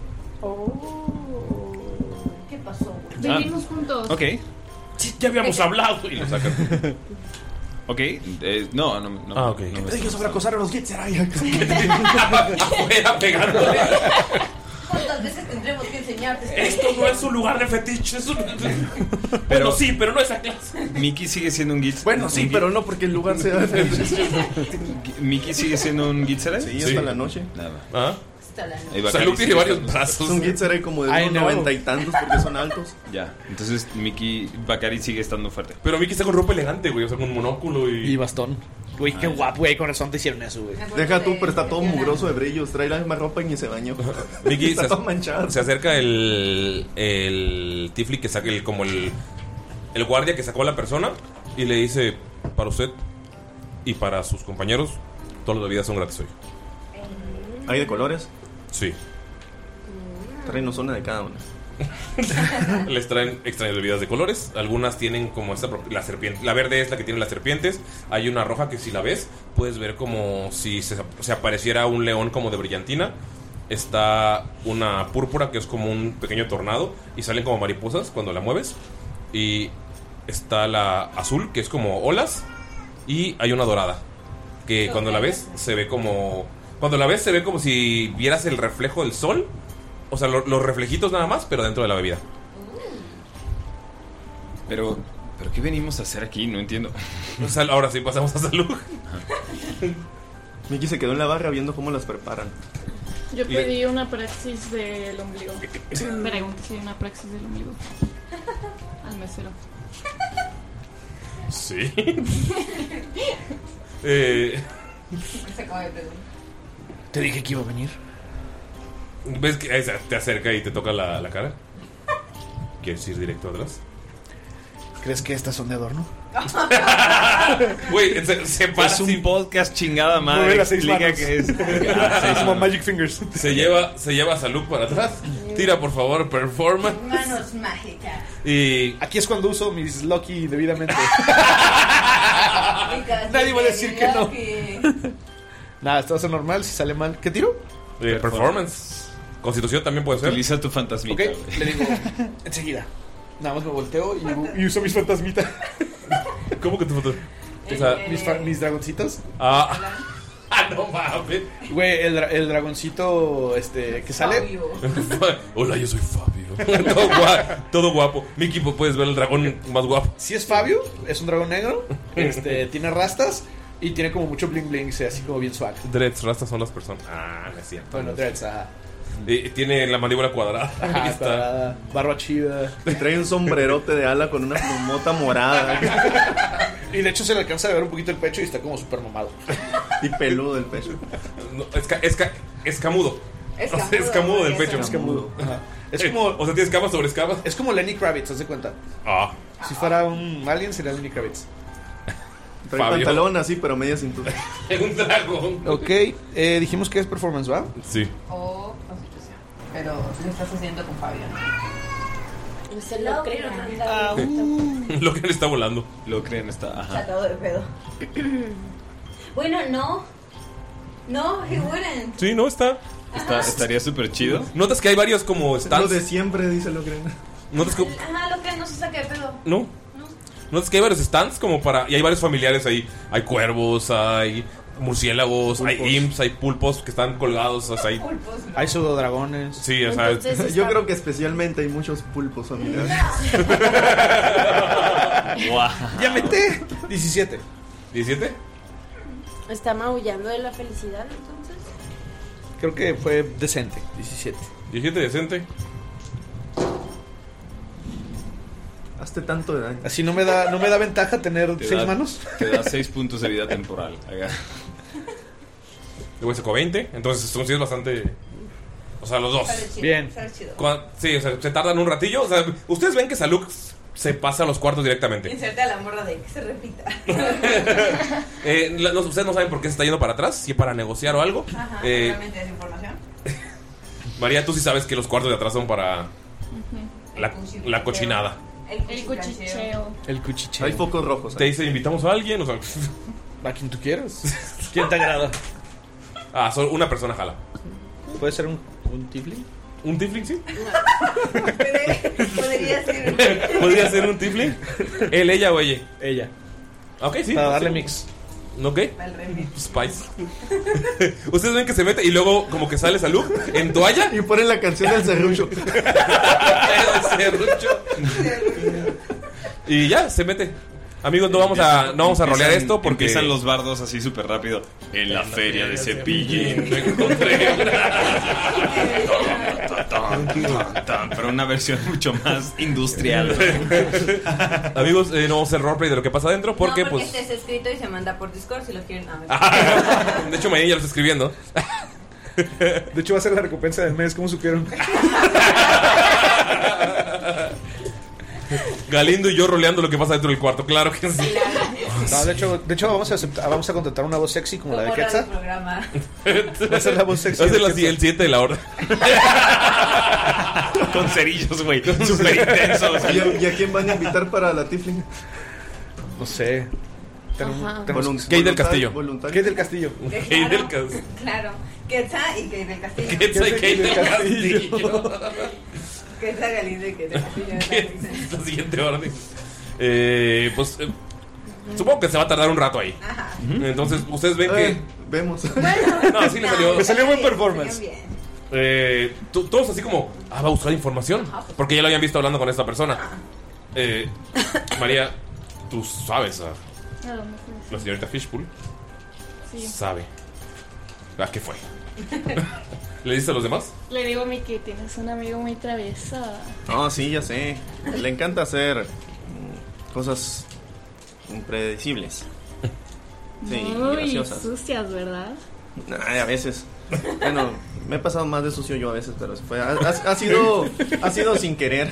¿Qué pasó? Vivimos juntos. Ok. Ya habíamos hablado. Y lo sacan. Ok, eh, no, no, no. Ah, ok. no me Te dije está sobre acosar a los Gitzerai. Afuera pegándole. ¿Cuántas veces tendremos que enseñarte? Esto no es un lugar de fetiche. Es un... Pero- Bueno, sí, pero no esa clase. Mickey sigue siendo un git. Bueno, sí, un pero no porque el lugar sea git- Mickey sigue siendo un Gitzerai. Sí, hasta la noche. Nada. ¿Ah? Hasta la Ahí noche. va Salud Cali, tiene sigue varios estando- brazos. Es un Gitzerai como de I unos know. noventa y tantos porque son altos. Ya, entonces Mickey Bakari sigue estando fuerte. Pero Mickey está con ropa elegante, güey. O sea, con un monóculo y... Y bastón. Güey, qué guapo, güey. Con razón te hicieron eso, güey. Deja tú, pero está todo mugroso de brillos. Trae la misma ropa y ni se bañó. Mickey está se, todo manchado. se acerca el el Tifli que saca el como el el guardia que sacó a la persona y le dice, para usted y para sus compañeros todas las bebidas son gratis hoy. ¿Hay de colores? Sí. Traen una de cada una. Les traen extrañas bebidas de colores. Algunas tienen como esta pro- la serpiente. La verde es la que tiene las serpientes. Hay una roja que si la ves puedes ver como si se, se apareciera un león como de brillantina. Está una púrpura que es como un pequeño tornado y salen como mariposas cuando la mueves. Y está la azul que es como olas. Y hay una dorada que cuando la ves se ve como... Cuando la ves se ve como si vieras el reflejo del sol. O sea, lo- los reflejitos nada más, pero dentro de la bebida. Pero, ¿pero qué venimos a hacer aquí? No entiendo. O sea, ahora sí pasamos a salud. Mickey se quedó en la barra viendo cómo las preparan. Yo pedí una praxis del ombligo. Pregunto si hay una praxis del ombligo. Al mesero. Sí. eh, Se acaba de preguntar. Te dije que iba a venir. ¿Ves que ahí se- te acerca y te toca la, la cara? ¿Quieres ir directo atrás? ¿Crees que estas son de adorno? Güey, se, se para Es un sin- podcast chingada madre. Mueve las seis Explica manos. que es. Es como Magic Fingers. Se lleva, se lleva a Saluk para atrás. Tira, por favor, performance. Manos mágicas. Y Aquí es cuando uso mis Lucky debidamente. Because Nadie va a decir que no. lucky. Nada, esto va a ser normal. Si sale mal, ¿qué tiro? eh, performance. Constitución también puede ser. Utiliza tu fantasmita. Ok, güey. le digo enseguida. Nada más me volteo y, y uso mis fantasmitas. ¿Cómo que tu foto? O sea, mis, fa- mis dragoncitos. ah, ah, no mames. Güey, el, dra- el dragoncito este que sale. Fabio. Hola, yo soy Fabio. todo, guapo, todo guapo. Miki, puedes ver el dragón más guapo. Si es Fabio, es un dragón negro. Este, tiene rastas y tiene como mucho bling bling, así como bien swag. Dreads, rastas son las personas. Ah, no es cierto. Bueno, dreads, ajá. Eh, tiene la mandíbula cuadrada. Aquí Ajá, está. cuadrada, barba chida. Y trae un sombrerote de ala con una plumota morada. Y de hecho se le alcanza a ver un poquito el pecho y está como súper mamado. Y peludo el pecho. No, es, ca- es, ca- es camudo. Es O sea, camudo, es camudo del eso. pecho. Es camudo. Ajá. Es Eh, como, O sea, tiene escamas sobre escamas. es como Lenny Kravitz, haz de cuenta. Ah. Si fuera un alien sería Lenny Kravitz. Trae Fabio. pantalón así, pero media cintura. Es un dragón. Ok, eh, dijimos que es performance, ¿va? Sí. O constitución. Pero lo estás haciendo con Fabio, ¿no? Se lo creo. Ah, Lo que le está volando. Lo creen, está. Ajá. Sacado de pedo. Bueno, no. No, he wouldn't. Sí, no está. Está- estaría súper chido. Notas que hay varios como Lo stands. de siempre, dice lo creen. Notas que. Ajá, lo que no se saque de pedo. No. Notas que hay varios stands como para. Y hay varios familiares ahí. Hay cuervos, hay murciélagos, hay imps, hay pulpos que están colgados. O sea, hay. Hay pseudodragones. Sí, o sea. Entonces Yo está- creo que especialmente hay muchos pulpos familiares. Guau. Ya metí. diecisiete. ¿diecisiete? está maullando de la felicidad, entonces. Creo que fue decente. diecisiete. diecisiete decente. Hazte tanto de daño. Así no me da, no me da ventaja tener Te seis da- manos. Te da seis puntos de vida temporal. Haga. Luego sacó veinte. Entonces, son sí es bastante. O sea, los dos. Sale chido, Bien. sale chido. Cua- Sí, o sea, se tardan un ratillo. O sea, ustedes ven que Saluk se pasa a los cuartos directamente. Inserte a la morra de que se repita. Eh, la- no, ustedes no saben por qué se está yendo para atrás, si para negociar o algo. Ajá, Eh, seguramente es información. María, tú sí sabes que los cuartos de atrás son para la, la cochinada. El cuchicheo. El cuchicheo. Hay focos rojos. Te dice, invitamos a alguien, o sea, A quien tú quieras. ¿Quién te agrada? ah, solo una persona jala. ¿Puede ser un, un tiefling? ¿Un tiefling, sí? Podría ser. ¿Podría ser un tiefling? ¿Él, ella o ella? Ella. Ok, sí. Para darle Sí. mix. ¿Ok? Al remix. Spice. Ustedes ven que se mete y luego como que sale Salud en toalla. Y ponen la canción del serrucho. El serrucho. Y ya, se mete. Amigos, no vamos a, no vamos a rolear Empiezan- esto porque Empiezan los bardos así súper rápido. En la feria de Cepillín me encontré. Pero una versión mucho más industrial. Amigos, eh, no vamos a hacer roleplay de lo que pasa adentro porque, no, porque pues. este es escrito y se manda por Discord si lo quieren. Ah, De hecho, María ya lo está escribiendo. De hecho, va a ser la recompensa del mes. ¿Cómo supieron? Galindo y yo roleando lo que pasa dentro del cuarto, claro que sí. No, de hecho, de hecho vamos, a aceptar, vamos a contratar una voz sexy como la de como Quetzal. programa. Va a ser la voz sexy. Va a ser de la- Quetzal. el siguiente de la hora. Con cerillos, güey. Súper intensos. ¿Y a, y a quién van a invitar para la Tifling? No sé. Tenemos, Ajá. tenemos- Volun- Kate del voluntario- Castillo. voluntario. ¿Qué es del castillo? Kate del Castillo. Claro. Quetzal y Kate del Castillo. Quetzal y Kate del Castillo. Quetzal Galindo y Kate del Castillo. Es la siguiente orden. Eh, pues eh, supongo que se va a tardar un rato ahí. Ajá. Entonces, ustedes ven Eh, que. vemos. No, sí le salió. Le salió buen performance. Bien, bien. Eh, to- todos así como, ah, va a buscar información. Porque ya lo habían visto hablando con esta persona. Eh, María, tú sabes, ah, A lo mejor sí. la señorita Fishpool Sí. sabe. ¿A qué fue? ¿Le dices a los demás? Le digo a mi que tienes un amigo muy traviesa. No, sí, ya sé. Le encanta hacer mm, cosas impredecibles. Sí, Muy graciosas. sucias, ¿verdad? Ay, a veces. Bueno, me he pasado más de sucio yo a veces, pero fue, ha, ha, ha sido ha sido sin querer.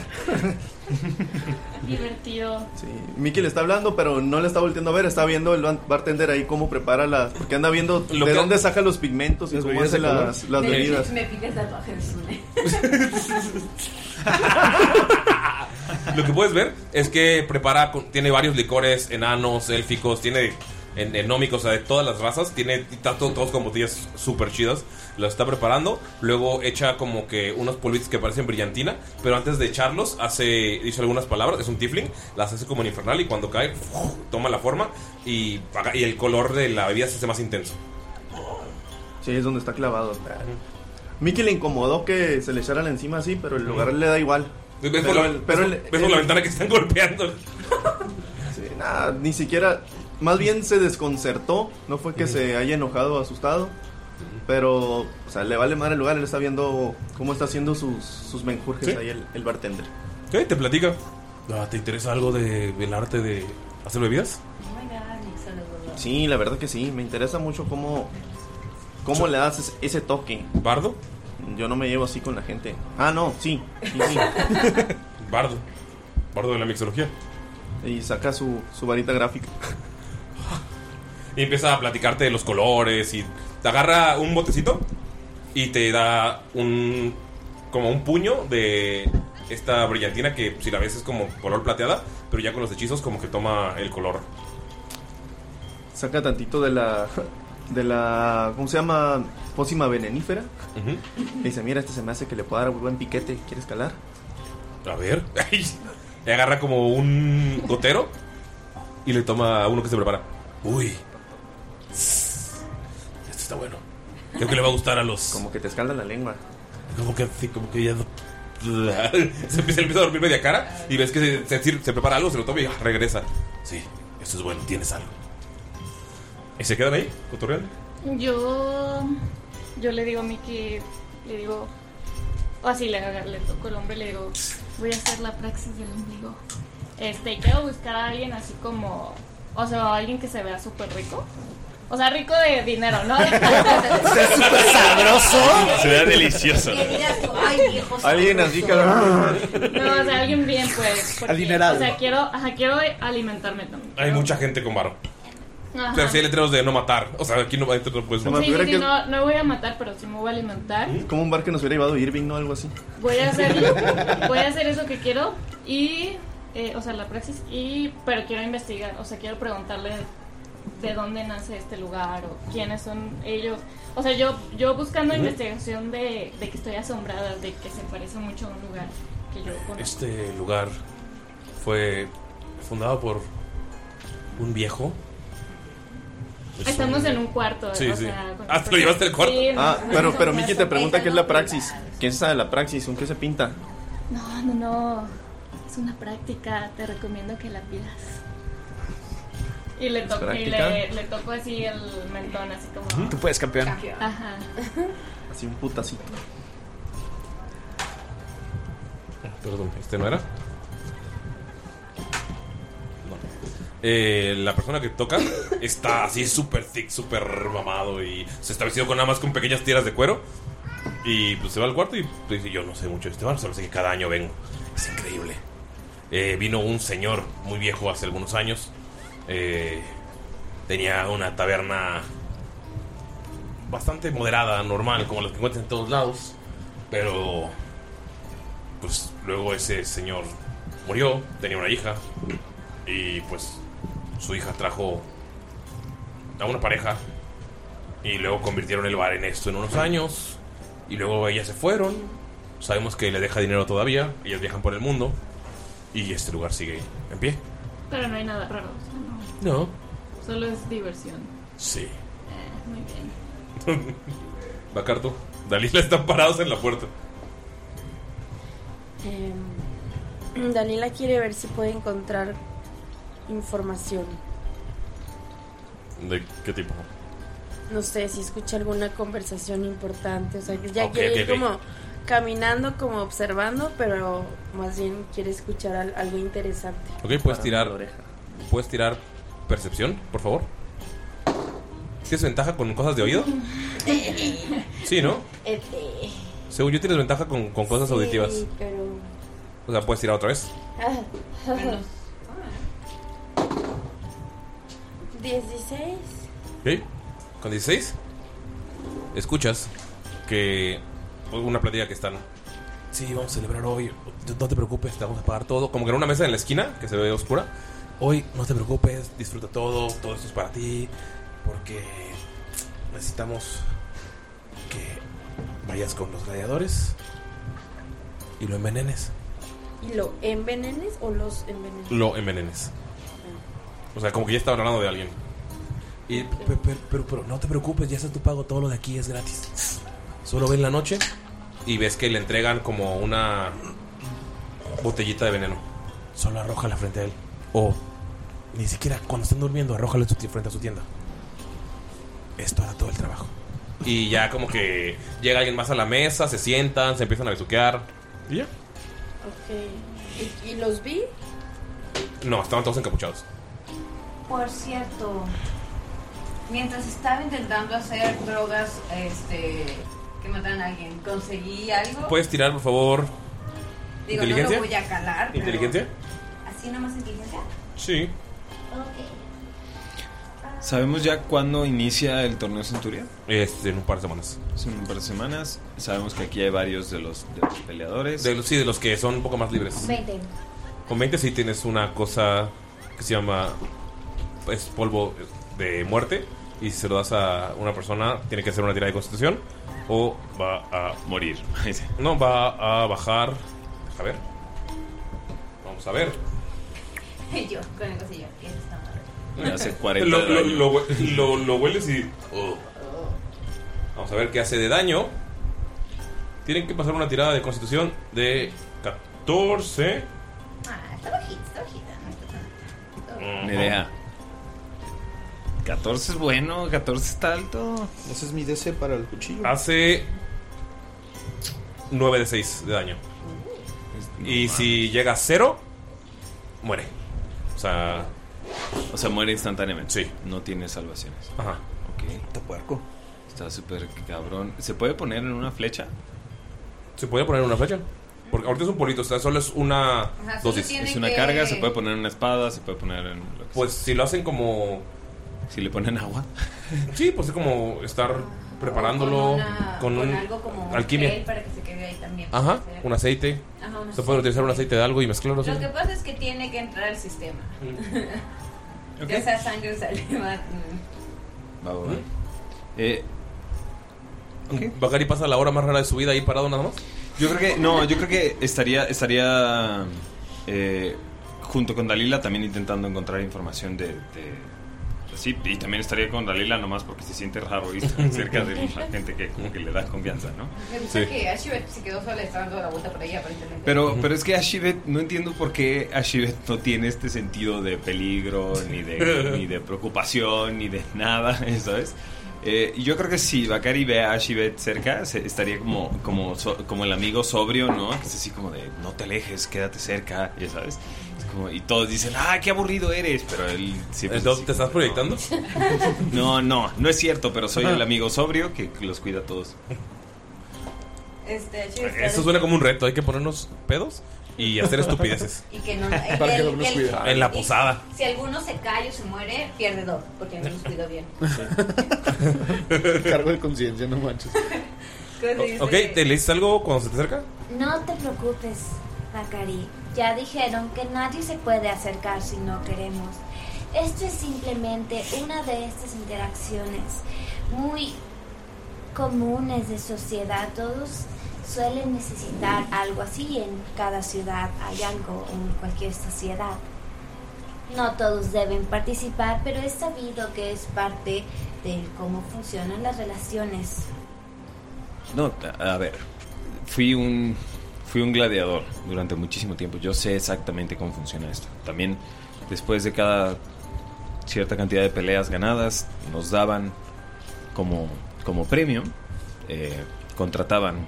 Divertido. Sí, Mickey le está hablando, pero no le está volteando a ver, está viendo el bartender ahí cómo prepara las, porque anda viendo Lo de que- dónde saca los pigmentos y Las cómo bebidas hace de color. las, las Me- bebidas. Me pica el tatuaje de Sune. Lo que puedes ver es que prepara, con- tiene varios licores enanos, élficos, tiene en, enómicos, o sea, de todas las razas. Tiene está todo- todos con botellas súper chidas. Los está preparando. Luego echa como que unos polvitos que parecen brillantina. Pero antes de echarlos, hace dice algunas palabras. Es un tiefling, las hace como en infernal. Y cuando cae, ¡uf!, toma la forma. Y, y el color de la bebida se hace más intenso. Sí, es donde está clavado. Mickey le incomodó que se le echaran encima así, pero el lugar le da igual. ¿Ves Pero por, la, el- pero ves el- por- ves por el- la ventana que están golpeando? Sí, nada, ni siquiera. Más bien se desconcertó. No fue que se haya enojado o asustado. Pero, o sea, le vale madre el lugar. Él está viendo cómo está haciendo sus, sus menjurjes ¿Sí? ahí el, el bartender. ¿Qué? ¿Te platica? Ah, ¿te interesa algo de, del arte de hacer bebidas? Oh my god, Nixon. Sí, la verdad que sí. Me interesa mucho cómo. ¿Cómo le das ese- ese toque? ¿Bardo? Yo no me llevo así con la gente. Ah, no, sí. sí, sí. Bardo. Bardo de la mixología. Y saca su, su varita gráfica. Y empieza a platicarte de los colores y te agarra un botecito y te da un como un puño de esta brillantina que si la ves es como color plateada, pero ya con los hechizos como que toma el color. Saca tantito de la. De la. ¿Cómo se llama? Pócima venenífera. Ujú. Y dice: Mira, este se me hace que le pueda dar un buen piquete. ¿Quieres calar? A ver. Le agarra como un gotero y le toma uno que se prepara. Uy. Esto está bueno. Creo que le va a gustar a los. Como que te escalda la lengua. Como que sí, como que ya. Se empieza, empieza a dormir media cara y ves que se, se, sir- se prepara algo, se lo toma y regresa. Sí, esto es bueno, tienes algo. ¿Y se quedan ahí, cotorreando? Yo. Yo le digo a Mickey. Le digo. O así le, le toco el hombre y le digo. Voy a hacer la praxis del ombligo. Este, quiero buscar a alguien así como. O sea, alguien que se vea súper rico. O sea, rico de dinero, ¿no? ¿Está súper sabroso? Se vea delicioso. Que digas tú, ay, viejo. Alguien así que. No, o sea, alguien bien, pues. porque, Adinerado. O sea, quiero, ajá, quiero alimentarme también. Hay mucha gente con varo. Ajá. Pero sí hay letreros de no matar. O sea, aquí no, adentro no puedes Se matar. Sí, sí, Tuviera sí, que- no, no voy a matar, pero sí me voy a alimentar. Como un bar que nos hubiera llevado Irving, ¿no? Algo así. Voy a hacer, voy a hacer eso que quiero y, eh, o sea, la praxis y, pero quiero investigar, o sea, quiero preguntarle de dónde nace este lugar o quiénes son ellos. O sea, yo, yo buscando investigación de, de que estoy asombrada de que se parece mucho a un lugar que yo conozco. Este lugar fue fundado por un viejo. Es Estamos un- en un cuarto. Sí, o sí. sea, con- Ah, ¿te lo llevaste al cuarto? Sí, Ah, no, pero, no, pero no, Mickey no, te pregunta esa qué es no la praxis. cuenta. ¿Qué es esa de la praxis? ¿Con qué se pinta? No, no, no. Es una práctica. Te recomiendo que la pidas. Y le, toco, y práctica? le, le toco así el mentón, así como. Tú puedes, campeón. Ajá. Así un putacito. Perdón, ¿este no era? No. Eh, la persona que toca está así súper thick, súper mamado y se está vestido con nada más con pequeñas tiras de cuero. Y pues se va al cuarto y dice: Yo no sé mucho de este bar, solo sé que cada año vengo. Es increíble. Eh, vino un señor muy viejo hace algunos años. Eh, tenía una taberna bastante moderada, normal, como las que encuentran en todos lados. Pero pues luego ese señor murió, tenía una hija y pues su hija trajo a una pareja y luego convirtieron el bar en esto en unos años y luego ellas se fueron. Sabemos que le deja dinero todavía, ellas viajan por el mundo y este lugar sigue en pie. Pero no hay nada raro. O sea, no. No. Solo es diversión. Sí. Eh, muy bien. Bacarto, Dalila están parados en la puerta. Eh, Dalila quiere ver si puede encontrar información. ¿De qué tipo? No sé, si escucha alguna conversación importante. O sea, que ya Ok, quiere ok, ir ok. como caminando, como observando, pero más bien quiere escuchar al- algo interesante. Ok, puedes tirar. ¿Puedes tirar percepción, por favor? ¿Tienes ventaja con cosas de oído? Sí, ¿no? F. Según yo tienes ventaja con, con cosas auditivas. Sí, pero... O sea, puedes tirar otra vez. dieciséis. ¿Ok? Con dieciséis escuchas que una plática que están. Sí, vamos a celebrar hoy. No te preocupes, te vamos a pagar todo. Como que en una mesa en la esquina que se ve oscura. Hoy no te preocupes, disfruta todo. Todo esto es para ti. Porque necesitamos que vayas con los gladiadores y lo envenenes. ¿Y lo envenenes o los envenenes? Lo envenenes. O sea, como que ya estaban hablando de alguien. Y, pero, pero, pero, pero no te preocupes, ya está tu pago, todo lo de aquí es gratis. Solo ve en la noche y ves que le entregan como una botellita de veneno. Solo arrójala frente a él. O ni siquiera cuando estén durmiendo, arrójala en su ti- frente a su tienda. Esto hará todo el trabajo. Y ya como que llega alguien más a la mesa, se sientan, se empiezan a besuquear. Y ya. Ok. ¿Y, y los vi? No, estaban todos encapuchados. Por cierto, mientras estaba intentando hacer drogas, este, que mataran a alguien, ¿conseguí algo? ¿Puedes tirar, por favor? Digo, no lo voy a calar, pero- ¿Inteligencia? ¿Así nomás inteligencia? Sí. Ok. ¿Sabemos ya cuándo inicia el torneo Centuria? Este, en un par de semanas. Es en un par de semanas. Sabemos que aquí hay varios de los, de los peleadores. De los- sí, de los que son un poco más libres. veinte. Con veinte sí tienes una cosa que se llama pues, polvo de muerte. Y si se lo das a una persona, tiene que hacer una tirada de constitución o va a morir. No, va a bajar. A ver. Vamos a ver. Y yo, con el cosillo. ¿Qué es esta madre? Me hace cuarenta Lo, de lo, daño. lo, hue- lo- lo hueles y. oh. Vamos a ver qué hace de daño. Tienen que pasar una tirada de constitución de catorce. Ah, está bajita, está bajita. No está tan- Ni idea. catorce es bueno, catorce está alto. Ese es mi D C para el cuchillo. Hace nueve de seis de daño. Y si llega a cero, muere. O sea. O sea, muere instantáneamente. Sí. No tiene salvaciones. Ajá. Ok. Está puerco. Está súper cabrón. ¿Se puede poner en una flecha? ¿Se puede poner en una flecha? Porque ahorita es un polito, o sea, solo es una Ajá, solo dosis. tiene Es una que- carga, se puede poner en una espada, se puede poner en... Lo que Pues si lo hacen como... Si le ponen agua. Sí, pues es como estar preparándolo Con una- con, con un algo como alquimia. gel para que se quede ahí también. Ajá, Puede ser. un aceite. Ajá, un Se puede aceite. utilizar un aceite de algo y mezclarlo. ¿sí? Lo que pasa es que tiene que entrar al sistema. Ok. Ya sea sangre o saliva. Va, va, va. Eh, Bacari pasa la hora más rara de su vida ahí parado nada más. yo creo que... No, yo creo que estaría... Estaría... eh, junto con Dalila también intentando encontrar información de... de sí, y también estaría con Dalila nomás porque se siente raro ir cerca de la gente que como que le da confianza, ¿no? Me gusta que Ashibet se quedó sola, está dando la vuelta por ahí aparentemente. Pero, pero es que Ashibet, no entiendo por qué Ashibet no tiene este sentido de peligro, ni de, ni de preocupación, ni de nada, ¿sabes? Eh, y yo creo que si Bacari ve a Ashibet cerca, se- estaría como, como, so- como el amigo sobrio, ¿no? Que es así como de, no te alejes, quédate cerca, ya sabes. Es como, y todos dicen, ah, qué aburrido eres, pero él siempre... Entonces, ¿te estás proyectando? No, no, no es cierto, pero soy el amigo sobrio que, que los cuida a todos. Este, Ashibet Esto suena como un reto, hay que ponernos pedos y hacer estupideces. Y que no... Para que que el- no nos que el- cuide. En la posada. Si alguno se cae o se muere, pierde dos, porque no los cuidó bien. Cargo de conciencia, no manches. O- ok, ¿te leíste algo cuando se te acerca? No te preocupes, Bacari. Ya dijeron que nadie se puede acercar si no queremos. Esto es simplemente una de estas interacciones muy comunes de sociedad. Todos suelen necesitar algo así. En cada ciudad hay algo, en cualquier sociedad. No todos deben participar, pero es sabido que es parte de cómo funcionan las relaciones. No, a a ver, fui un fui un gladiador durante muchísimo tiempo. Yo sé exactamente cómo funciona esto. También después de cada cierta cantidad de peleas ganadas, nos daban como como premio, eh, contrataban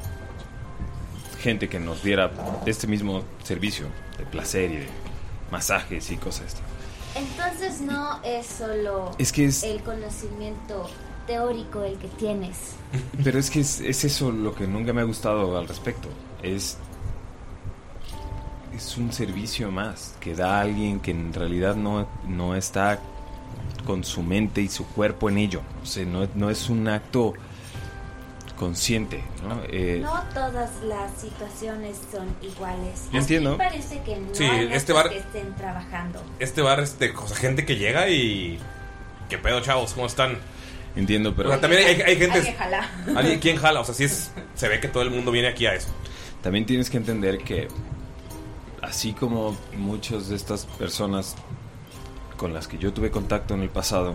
gente que nos diera este mismo servicio de placer y de masajes y cosas. Entonces no es solo Es que es- el conocimiento teórico el que tienes. Pero es que es, es eso lo que nunca me ha gustado al respecto. Es es un servicio más que da a alguien que en realidad no, no está con su mente y su cuerpo en ello. O sea, no, no es un acto consciente, ¿no? Eh, No todas las situaciones son iguales. Yo entiendo. Me parece que no Sí, hay este muchos bar- que estén trabajando. Este bar es de cosa, gente que llega y... ¿Qué pedo, chavos? ¿Cómo están? Entiendo, pero... O sea, también hay, hay gente... Hay que jalar. ¿Alguien quién jala? O sea, sí es... Se ve que todo el mundo viene aquí a eso. También tienes que entender que así como muchas de estas personas con las que yo tuve contacto en el pasado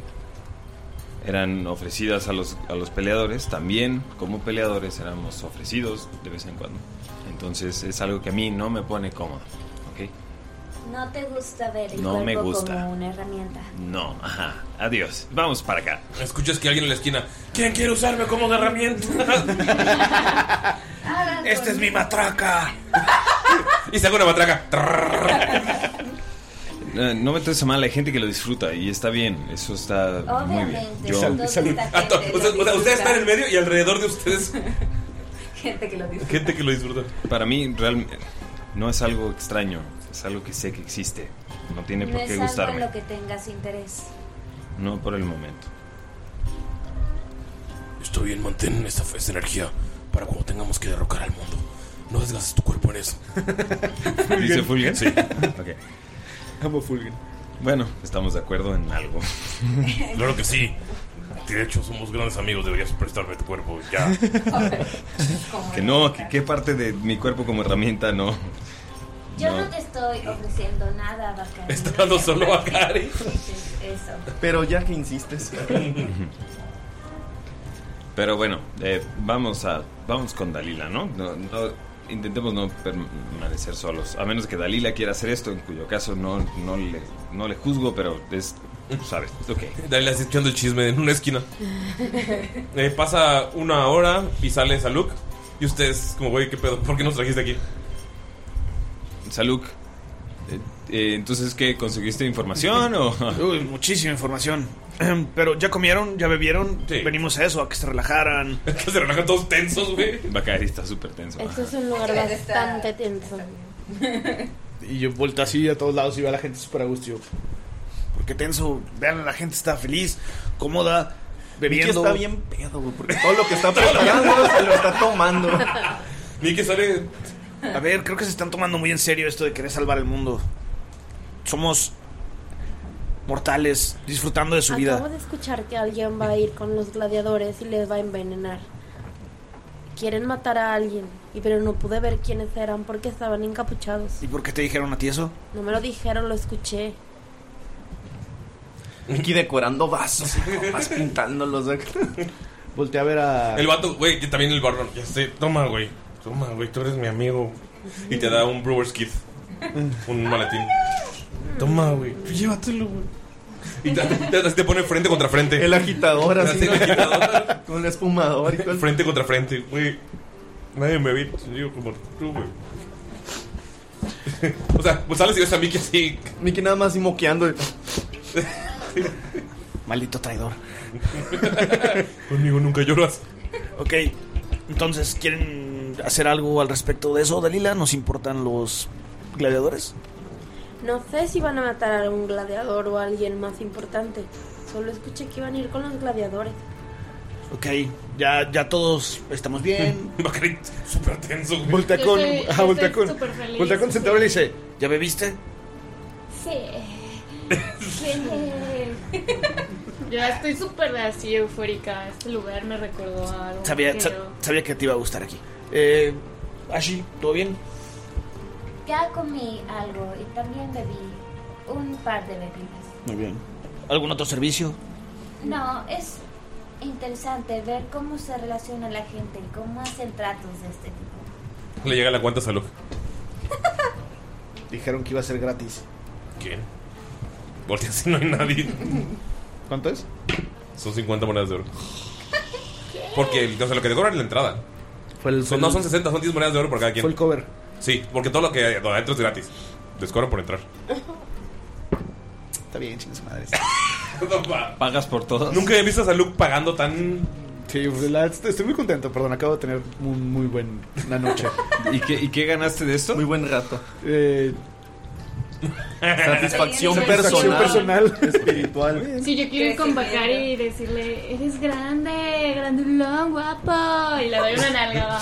eran ofrecidas a los, a los peleadores, también como peleadores éramos ofrecidos de vez en cuando. Entonces es algo que a mí no me pone cómodo, ¿ok? No te gusta ver el No cuerpo me gusta. como una herramienta. No, ajá, adiós, vamos para acá. Escuchas que alguien en la esquina... ¿Quién quiere usarme como de herramienta? ¡Esta es mi matraca! Y saca una matraca. No, no me traes a mal, hay gente que lo disfruta y está bien, eso está muy bien. Obviamente, Yo, toda esta gente Ah, to- lo o sea, o sea, disfruta. ustedes están en el medio y alrededor de ustedes Gente que lo disfruta. gente que lo disfruta. para mí realmente no es algo extraño, es algo que sé que existe. No tiene No por es qué algo en gustarme. lo que tengas interés. No por el momento. Estoy bien, mantén esa, esa energía para cuando tengamos que derrocar al mundo. No desgastes tu cuerpo en eso. ¿Dice Fulgen? Sí. Ok. Amo Fulgen. Bueno, estamos de acuerdo en algo. Claro que sí. De hecho, somos grandes amigos. Deberías prestarme tu cuerpo ya. Que no, que qué parte de mi cuerpo como herramienta no. Yo No. no, te estoy ofreciendo nada, Bacari. Está dando solo a Bacari. Eso. Pero ya que insistes. Pero bueno, eh, vamos a vamos con Dalila, ¿no? No, no intentemos no permanecer solos, a menos que Dalila quiera hacer esto, en cuyo caso no no le no le juzgo, pero es, sabes, ok. Dale, así echando el chisme en una esquina. Eh, pasa una hora y sale Saluk. Y ustedes, como, güey, ¿qué pedo? ¿Por qué nos trajiste aquí? Saluk, eh, eh, entonces, ¿qué? ¿Conseguiste información o...? Uy, muchísima información. Pero ya comieron, ya bebieron. Sí. Venimos a eso, a que se relajaran. Que se relajan todos tensos, güey. Bacari está súper tenso. Este es un lugar bastante tenso. Y yo vuelto así a todos lados y veo a la gente súper a gusto. Y yo, ¿por qué tenso? Vean, la gente está feliz, cómoda, bebiendo. Miki está bien pedo, güey, porque todo lo que está preparando se lo está tomando. Miki sale... A ver, creo que se están tomando muy en serio esto de querer salvar el mundo. Somos mortales, disfrutando de su Acabo vida. de escuchar que alguien va a ir con los gladiadores y les va a envenenar. Quieren matar a alguien, y pero no pude ver quiénes eran porque estaban encapuchados. ¿Y por qué te dijeron a ti eso? No me lo dijeron, lo escuché. Miki decorando vasos y copas, pintándolos. Volteé a ver a... El vato, güey, que también el barrón. Ya sé, toma, güey. Toma, güey, tú eres mi amigo. Y te da un Brewer's Kit. Un maletín. Toma, güey. Llévatelo, güey. Y te, te, te pone frente contra frente. El agitador así. El agitador. Con el espumador y todo el... Frente contra frente, güey. Nadie me ve, digo, como tú, güey. O sea, pues sales y ves a Mickey así. Mickey nada más así moqueando. Maldito traidor. Conmigo nunca lloras. Ok, entonces, ¿quieren hacer algo al respecto de eso, Dalila? ¿Nos importan los gladiadores? No sé si van a matar a algún gladiador o a alguien más importante. Solo escuché que iban a ir con los gladiadores. Ok, ya, ya todos estamos bien. Bacari, súper tenso, güey. Voltea con... Yo estoy- ah, yo voltea estoy con... súper feliz, Voltea con sí. Centauro y le dice, ¿ya bebiste? Sí. Sí. Yo estoy súper así eufórica. Este lugar me recordó a algo. Sabía, que sa- yo- sabía que te iba a gustar aquí. Eh, Ashi, ¿todo bien? Ya comí algo y también bebí un par de bebidas. Muy bien. ¿Algún otro servicio? No, es interesante ver cómo se relaciona la gente y cómo hacen tratos de este tipo. Le llega la cuenta a Saluk. Dijeron que iba a ser gratis. ¿Quién? Voltea si no hay nadie. ¿Cuánto es? Son cincuenta monedas de oro. Porque, o sea, lo que te cobran es la entrada. Fue el, Son, no son sesenta, son diez monedas de oro por cada quien. Fue el cover. Sí, porque todo lo que hay adentro es gratis. Les cobran por entrar. Está bien, chingas madres. ¿Pagas por todos? Nunca he visto a Saluk pagando tan... Sí, la, estoy muy contento, perdón, acabo de tener muy, muy buena noche. ¿Y qué, ¿Y qué ganaste de esto? Muy buen rato. Eh, Satisfacción personal, personal, espiritual. Sí, yo quiero ir con Bacari y decirle, eres grande, grandulón, guapo. Y le doy una nalgada.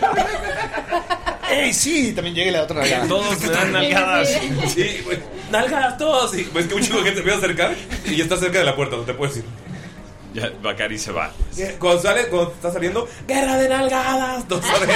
¡Ey, sí! También llegue la otra nalgada. Todos me dan nalgadas. Sí, güey. Nalgadas todos. Y ves que un chico de gente empieza a acercar y ya está cerca de la puerta, no te puedes ir. Ya, Bacari se va. Cuando sale, cuando está saliendo, guerra de nalgadas. Todos salen.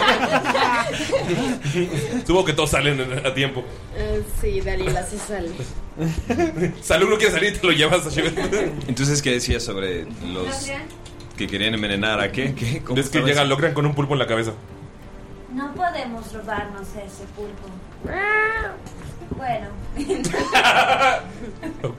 Supongo que todos salen a tiempo. Uh, sí, Dalila se sale. Salud no quiere salir y te lo llevas a Shivet. Entonces, ¿qué decías sobre los que querían envenenar a qué? ¿Qué? ¿Cómo Es que estaba llega eso? Locran con un pulpo en la cabeza. No podemos robarnos ese pulpo. Bueno. Ok.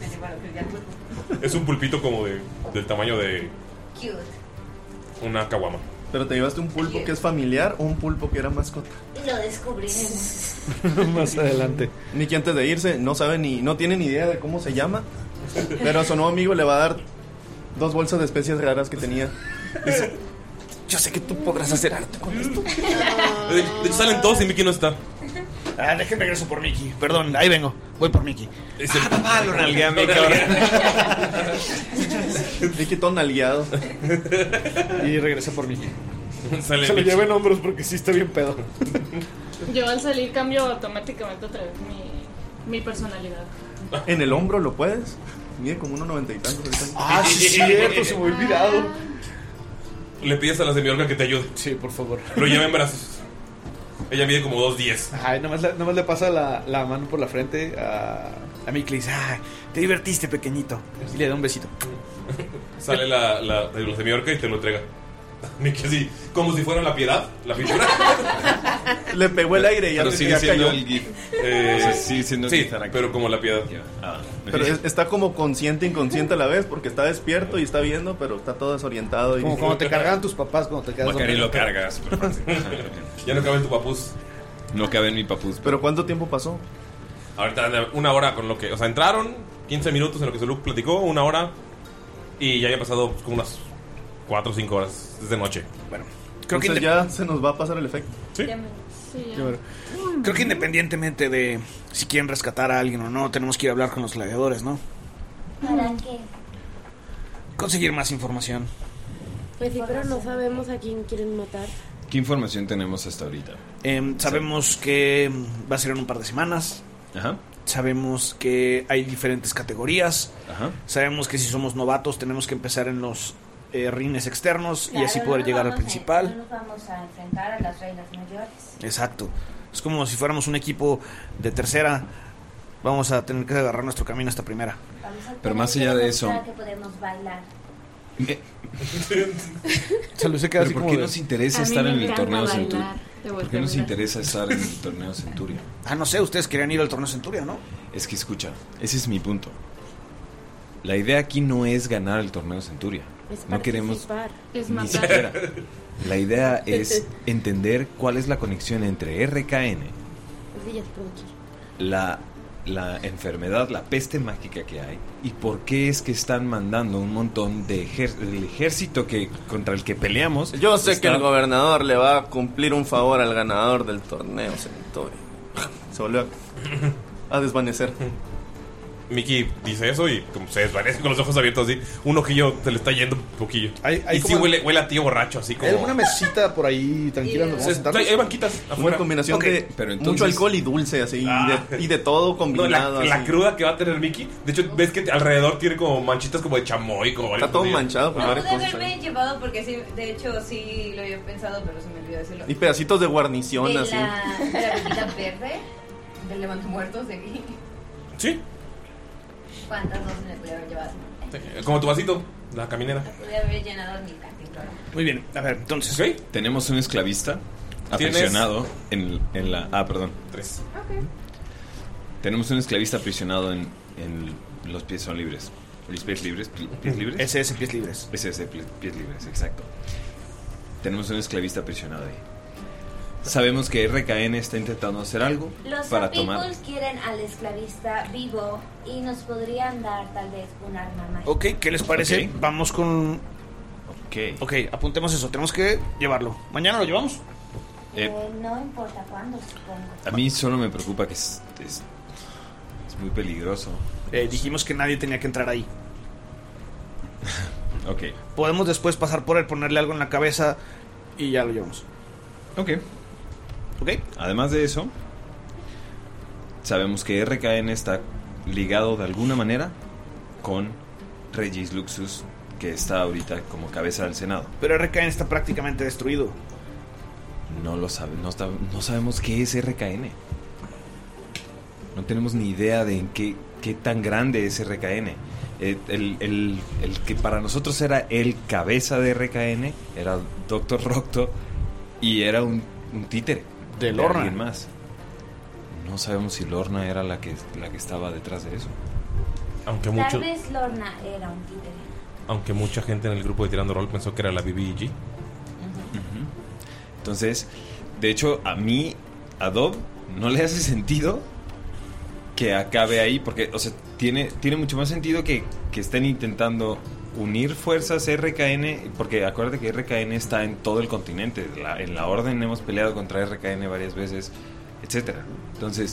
Es un pulpito como de del tamaño de Cute. una caguama. Pero te llevaste un pulpo que es familiar o un pulpo que era mascota. Lo descubriremos. Más adelante. Nicky antes de irse no sabe ni, no tiene ni idea de cómo se llama. Pero a su nuevo amigo le va a dar dos bolsas de especias raras que tenía. Dice, yo sé que tú podrás hacer arte con esto. De, de hecho salen todos y Mickey no está. Ah, déjenme regreso por Mickey. Perdón, ahí vengo. Voy por Mickey. Ah, papá, lo nalgué a Mickey ahora. Mickey todo nalgueado. Y regresé por Mickey. Sale Se lo Mickey. llevo en hombros porque sí está bien pedo. Yo al salir cambio automáticamente otra vez mi, mi personalidad. ¿En el hombro lo puedes? Mide como uno noventa y tantos. Ah, sí, es cierto, se me había olvidado. Le pides a la semiorga que te ayude. Sí, por favor. Lo lleva en brazos. Ella mide como dos diez. Ay, nomás, le- nomás le pasa la, la mano por la frente a, a Mickey y le dice, ay, te divertiste, pequeñito. Y le da un besito. Sale la, la, la semiorga y te lo entrega. Mickey así, como si fuera la piedad, la figura. Le pegó el aire y ya, Pero ya sigue siendo cayó. el GIF. Eh, O sea, sigue siendo el sí, GIF. pero como la piedad. Ah, Pero es- está como consciente e inconsciente a la vez porque está despierto y está viendo, pero está todo desorientado. Y... Como cuando te cargaban tus papás cuando te quedas Bacari lo dormido. carga súper fácil. Ya no cabe en tu papús. No cabe en mi papús. ¿Pero cuánto tiempo pasó? Ahorita una hora con lo que... O sea, entraron quince minutos en lo que Saluk platicó, una hora. Y ya había pasado como unas cuatro o cinco horas desde noche. Bueno, Creo que inde- ya se nos va a pasar el efecto. Sí. Sí, ya. Qué bueno. Creo que independientemente de si quieren rescatar a alguien o no, tenemos que ir a hablar con los gladiadores, ¿no? ¿Para qué? Conseguir más información. Pues sí, pero no sabemos a quién quieren matar. ¿Qué información tenemos hasta ahorita? Em, sabemos que mm, va a ser en un par de semanas. Ajá. Sabemos que hay diferentes categorías. Ajá. Sabemos que si somos novatos tenemos que empezar en los eh, rines externos y Claro, así no poder nos llegar al vamos a- principal. No nos vamos a enfrentar a las reinas mayores. Exacto. Es como si fuéramos un equipo de tercera. Vamos a tener que agarrar nuestro camino hasta primera. Vamos a Pero tener más que allá de eso- demostrar que podemos bailar. Salud se queda ¿Pero así por como qué de- nos interesa A mí estar me en el encanta torneo bailar. Centuria? Te ¿Por volteo qué a nos mirar. interesa estar en el torneo Centuria? Ah, no sé, ustedes querían ir al torneo Centuria, ¿no? Es que escucha, ese es mi punto. La idea aquí no es ganar el torneo Centuria. Es No queremos participar. Es ni matar. siquiera. La idea es entender cuál es la conexión entre R K N, Pues sí, ya te puedo decir. la, la enfermedad, la peste mágica que hay, y por qué es que están mandando un montón de ejer- del ejército que contra el que peleamos. Yo sé está- que el gobernador le va a cumplir un favor al ganador del torneo Centuria. Se volvió a, a desvanecer. Mickey dice eso y como se desvanece con los ojos abiertos así. Un ojillo se le está yendo un poquillo. Hay- hay y sí como- huele, huele a tío borracho, así como... ¿Hay alguna mesita por ahí tranquila? ¿Nos vamos a Se- sentarnos? hay, hay banquitas Una afuera. combinación Ok, de pero entonces- mucho alcohol y dulce, así, y Ah. de- y, de, todo No, combinado. la, la así. cruda que va a tener Mickey. De hecho, ves que alrededor tiene como manchitas como de chamoy. Como Está todo manchado con No varias pude cosas. haberme ahí. llevado porque sí, de hecho sí lo había pensado, pero se me olvidó decirlo. Y pedacitos de guarnición, de así. la, de la bebida verde, del levantamuertos de aquí. Sí, ¿Cuántas dos me pude haber llevado? como tu vasito, la caminera. Pude haber llenado mi cantinflora. Muy bien, a ver, entonces. ¿Ok? Tenemos un esclavista ¿Tienes? aprisionado en, en la... Ah, perdón. Tres. Tenemos un esclavista aprisionado en, en los pies son libres. ¿Los pies libres? ¿Pi- ¿Pies libres? S S pies libres. S S, pies, pies libres, exacto. Tenemos un esclavista aprisionado ahí. sabemos que R K N está intentando hacer algo Los para people tomar. quieren al esclavista vivo y nos podrían dar tal vez un arma mágica. Ok, ¿qué les parece? Ok. Vamos con... Ok. Ok, apuntemos eso, tenemos que llevarlo. ¿Mañana lo llevamos? Eh, Eh, no importa cuándo, supongo. a mí solo me preocupa que es, es, es muy peligroso. Eh, dijimos que nadie tenía que entrar ahí. Ok. Podemos después pasar por él, ponerle algo en la cabeza y ya lo llevamos. Ok. Ok. Además de eso, sabemos que R K N está ligado de alguna manera con Regis Luxus, que está ahorita como cabeza del Senado. Pero R K N está prácticamente destruido. No lo sabe, no, está- no sabemos qué es R K N. No tenemos ni idea de en qué, qué tan grande es R K N. Eh, el, el- el que para nosotros era el cabeza de R K N era Doctor Rocto y era un, un títere De Lorna. alguien más. No sabemos si Lorna era la que, la que estaba detrás de eso. Aunque Tal mucho, vez Lorna era un títere. aunque mucha gente en el grupo de Tirando Rol pensó que era la B B G. Entonces, de hecho, a mí, a Dob, no le hace sentido que acabe ahí, porque, o sea, tiene, tiene mucho más sentido que, que estén intentando unir fuerzas R K N, porque acuérdate que R K N está en todo el continente. La- en la Orden hemos peleado contra R K N varias veces, etcétera. Entonces,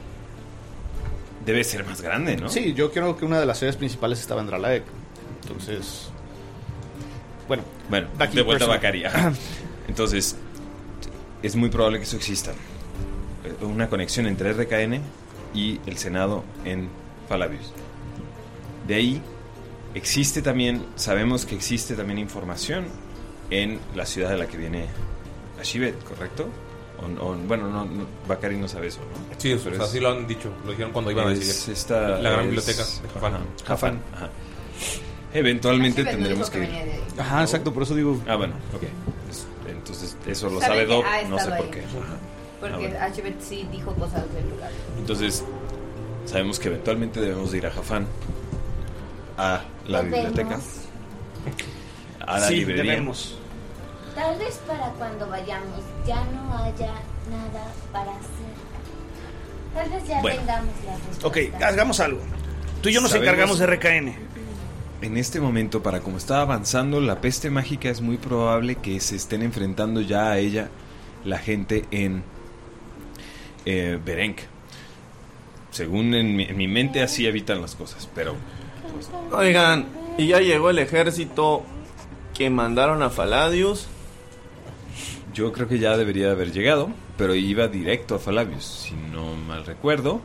debe ser más grande, ¿no? Sí, yo creo que una de las sedes principales estaba en Dralaek. Entonces... Bueno, Bueno, Back in de vuelta a person. Bacari. Ajá. Entonces, es muy probable que eso exista. Eh, Una conexión entre R K N y el Senado en Falabius. De ahí, existe también, sabemos que existe también información en la ciudad de la que viene Ashibet, ¿correcto? O, o- bueno, no, no, Bacari no sabe eso, ¿no? Sí, eso, Pero o sea, es- sí lo han dicho, lo dijeron cuando iban a es decidir. esta- La gran es- biblioteca de Jafán. Ajá, Jafán, ajá. Eventualmente Ashibet no tendremos dijo que que ir. venía de ahí. Ajá, exacto, por eso digo... Ah, bueno, ok. Es- Entonces, eso lo Sabe sabe que Doc, ha no sé estado por ahí. qué. Ajá. Porque Ah, Ashibet sí dijo cosas del lugar. Entonces, sabemos que eventualmente debemos de ir a Jafán, a la Debemos. biblioteca, a la Sí, librería. debemos. Tal vez para cuando vayamos ya no haya nada para hacer. Tal vez ya Bueno. tengamos la respuesta. Ok, hagamos algo. Tú y yo nos Sabemos- encargamos de R K N. En este momento, para como está avanzando la peste mágica, es muy probable que se estén enfrentando ya a ella la gente en eh, Berenk. Según en mi, en mi mente, así evitan las cosas, pero Oigan, ¿y ya llegó el ejército que mandaron a Faladius? yo creo que ya debería de haber llegado, pero iba directo a Falabius, si no mal recuerdo.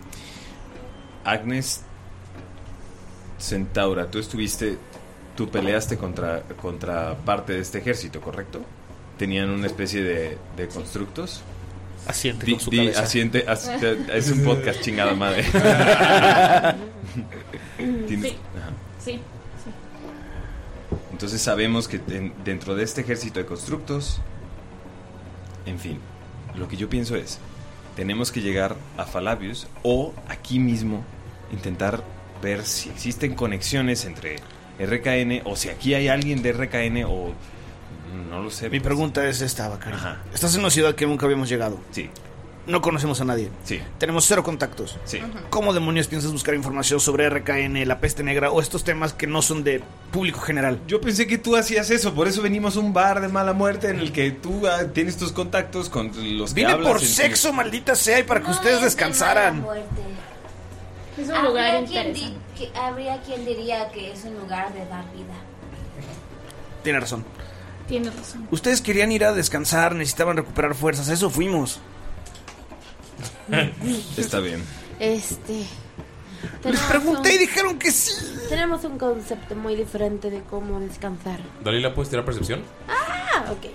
Agnes Centaura, tú estuviste, tú peleaste contra, contra parte de este ejército, ¿correcto? Tenían una especie de, de constructos. Asiente Di- con su di- cabeza. asiente, as- es un podcast, chingada madre. Tienes- Sí. ajá. Sí, sí. Entonces sabemos que den- dentro de este ejército de constructos, en fin, lo que yo pienso es, tenemos que llegar a Falabius o aquí mismo intentar ver si existen conexiones entre R K N o si aquí hay alguien de R K N o no lo sé. Mi pregunta es esta, Bacari. Ajá. Estás en una ciudad que nunca habíamos llegado. Sí, No conocemos a nadie. sí, Tenemos cero contactos. sí. ¿Cómo demonios piensas buscar información sobre R K N, la peste negra o estos temas que no son de público general? Yo pensé que tú hacías eso, por eso venimos a un bar de mala muerte en el que tú ah, tienes tus contactos con los que Vine hablas por en- sexo, maldita sea, y para que No ustedes es de descansaran. mala muerte. Es un lugar Habría quien, di- interesante. que, habría quien diría que es un lugar de dar vida. Tiene razón. Tienes razón. Ustedes querían ir a descansar, necesitaban recuperar fuerzas, a eso fuimos. Está bien. Este. Les tenemos pregunté un- y dijeron que sí. Tenemos un concepto muy diferente de cómo descansar. Dalila, ¿puedes tirar percepción? Ah, ok.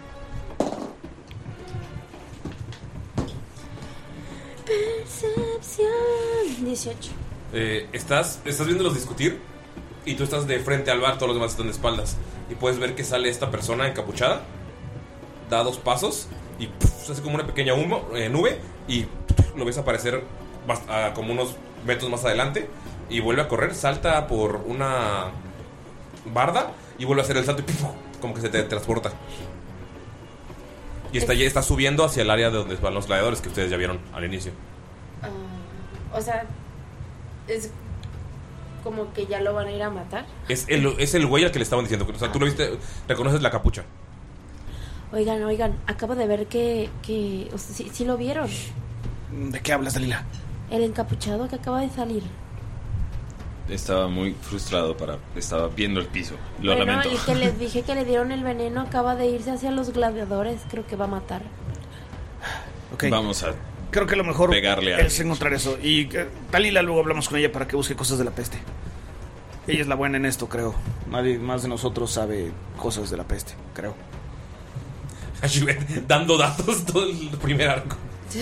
Percepción. dieciocho. Eh, estás, estás viéndolos discutir y tú estás de frente al bar, todos los demás están de espaldas. Y puedes ver que sale esta persona encapuchada, da dos pasos y puf, se hace como una pequeña humo, eh, nube y puf, lo ves aparecer bast- a como unos metros más adelante y vuelve a correr, salta por una barda y vuelve a hacer el salto y puf, como que se te transporta. Y está, ya está subiendo hacia el área de donde van los gladiadores que ustedes ya vieron al inicio. Ah, o sea, es como que ya lo van a ir a matar. Es el, es el güey al que le estaban diciendo. O sea, tú lo viste, reconoces la capucha. Oigan, oigan, acabo de ver que, que o sea, sí, sí lo vieron. ¿De qué hablas, Dalila? El encapuchado que acaba de salir. Estaba muy frustrado para... Estaba viendo el piso. Lo Bueno, lamento. y que les dije que le dieron el veneno, acaba de irse hacia los gladiadores. Creo que va a matar. Ok. Vamos a... Creo que lo mejor pegarle a es encontrar eso. Y eh, Dalila, luego hablamos con ella para que busque cosas de la peste. Ella es la buena en esto, creo. Nadie más de nosotros sabe cosas de la peste, creo. Ashibet dando datos todo el primer arco.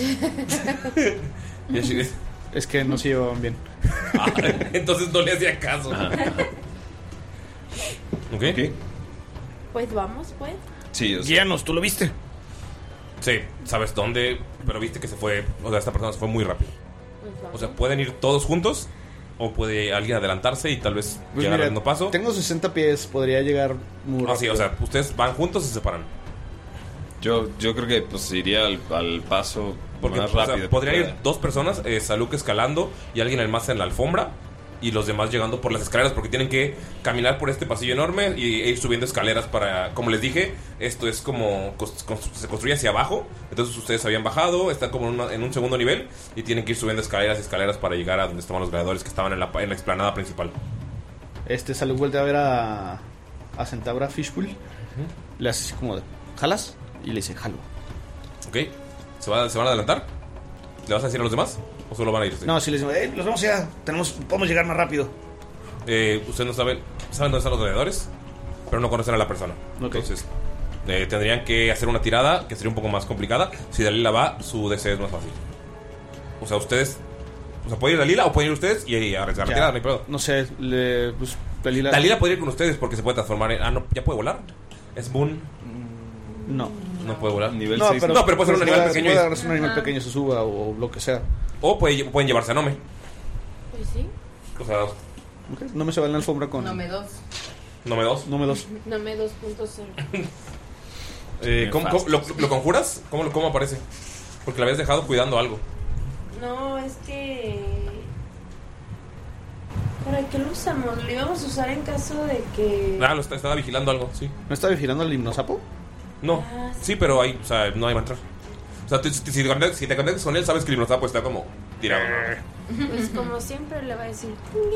Y Ashibet, Es que no se llevaban bien. ah, entonces no le hacía caso. ¿Ok? Pues vamos, pues. Sí, o sea, Guíanos, ¿tú lo viste? Sí, sabes dónde, pero viste que se fue. O sea, esta persona se fue muy rápido. Pues vamos. O sea, pueden ir todos juntos o puede alguien adelantarse y tal vez Pues llegar mira, al mismo paso. Tengo sesenta pies, podría llegar muy rápido. Ah, sí, o sea, ustedes van juntos y se separan. Yo, yo creo que pues iría al, al paso Porque más o sea, rápido. que podrían ir pueda. dos personas, eh, Saluk escalando y alguien más en la alfombra y los demás llegando por las escaleras porque tienen que caminar por este pasillo enorme y e ir subiendo escaleras para, como les dije, esto es como cos- cos- se construye hacia abajo, entonces ustedes habían bajado, están como en, una- en un segundo nivel y tienen que ir subiendo escaleras y escaleras para llegar a donde estaban los gladiadores que estaban en la, en la explanada principal. Este, Salud vuelve a ver a, a Centaura Fishpool. Le hace así como de, ¿jalas? Y le dice, jalo. ¿Ok? ¿Se, va- ¿Se van a adelantar? ¿Le vas a decir a los demás? ¿O solo van a irse? No, si les digo, eh, los vamos ya, tenemos, podemos llegar más rápido. Eh, ustedes no saben, saben dónde están los gladiadores, pero no conocen a la persona. Ok. Entonces, eh, tendrían que hacer una tirada que sería un poco más complicada. Si Dalila va, su D C es más fácil. O sea, ustedes. O sea, puede ir Dalila o pueden ir ustedes y, y arriesgar la Ya, tirada, no hay problema. No sé, le, pues, Dalila. Dalila puede ir con ustedes porque se puede transformar en. Ah, no, ya puede volar. Es Boon. No. No puede volar. Nivel No, seis. pero, No, pero puede ser un puede- animal pequeño y- Puede agarrarse un animal pequeño, se suba o, o lo que sea. O puede- pueden llevarse a Nome. Pues sí. O sea, Ok, No me se va en la alfombra con. No me dos. Nome dos. No me dos. No me dos punto cero. Eh, ¿cómo- cómo- lo, ¿Lo conjuras? ¿Cómo, lo- ¿Cómo aparece? Porque la habías dejado cuidando algo. No, es que... ¿Para qué lo usamos? Lo íbamos a usar en caso de que... Ah, lo está- estaba vigilando algo, sí. ¿No está vigilando al hipnosapo? No, Ah, sí, pero ahí, o sea, no hay va a entrar. O sea, tú- si, si te conectas, si te conectas con él, sabes que el hipnosapo está como tirado. Pues como siempre le va a decir...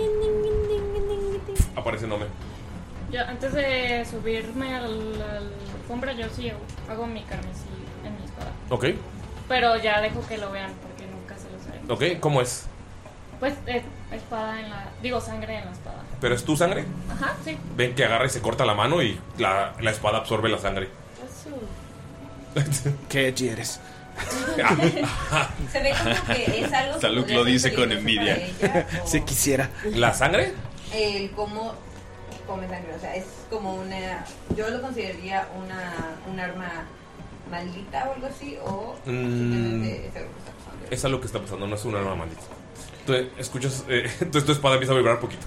Aparece Nome. Yo, antes de subirme a la, a la alfombra, yo sí hago, hago mi carmesí en mi espada. Ok, Pero ya dejo que lo vean porque nunca se los haré. ok, ¿cómo es? Pues eh, espada en la. Digo, sangre en la espada. ¿Pero es tu sangre? Ajá, sí. Ven que agarra y se corta la mano y la, la espada absorbe la sangre. ¿Qué edgy eres? Se ve como que es algo que Salud podría lo ser dice con peligroso envidia. para ella, o Si quisiera. ¿La sangre? El cómo come sangre, o sea, es como una. Yo lo consideraría una un arma maldita o algo así, o Mm, simplemente es algo que está pasando. es algo que está pasando, no es un arma maldita. Tú escuchas, eh, entonces tu espada empieza a vibrar poquito.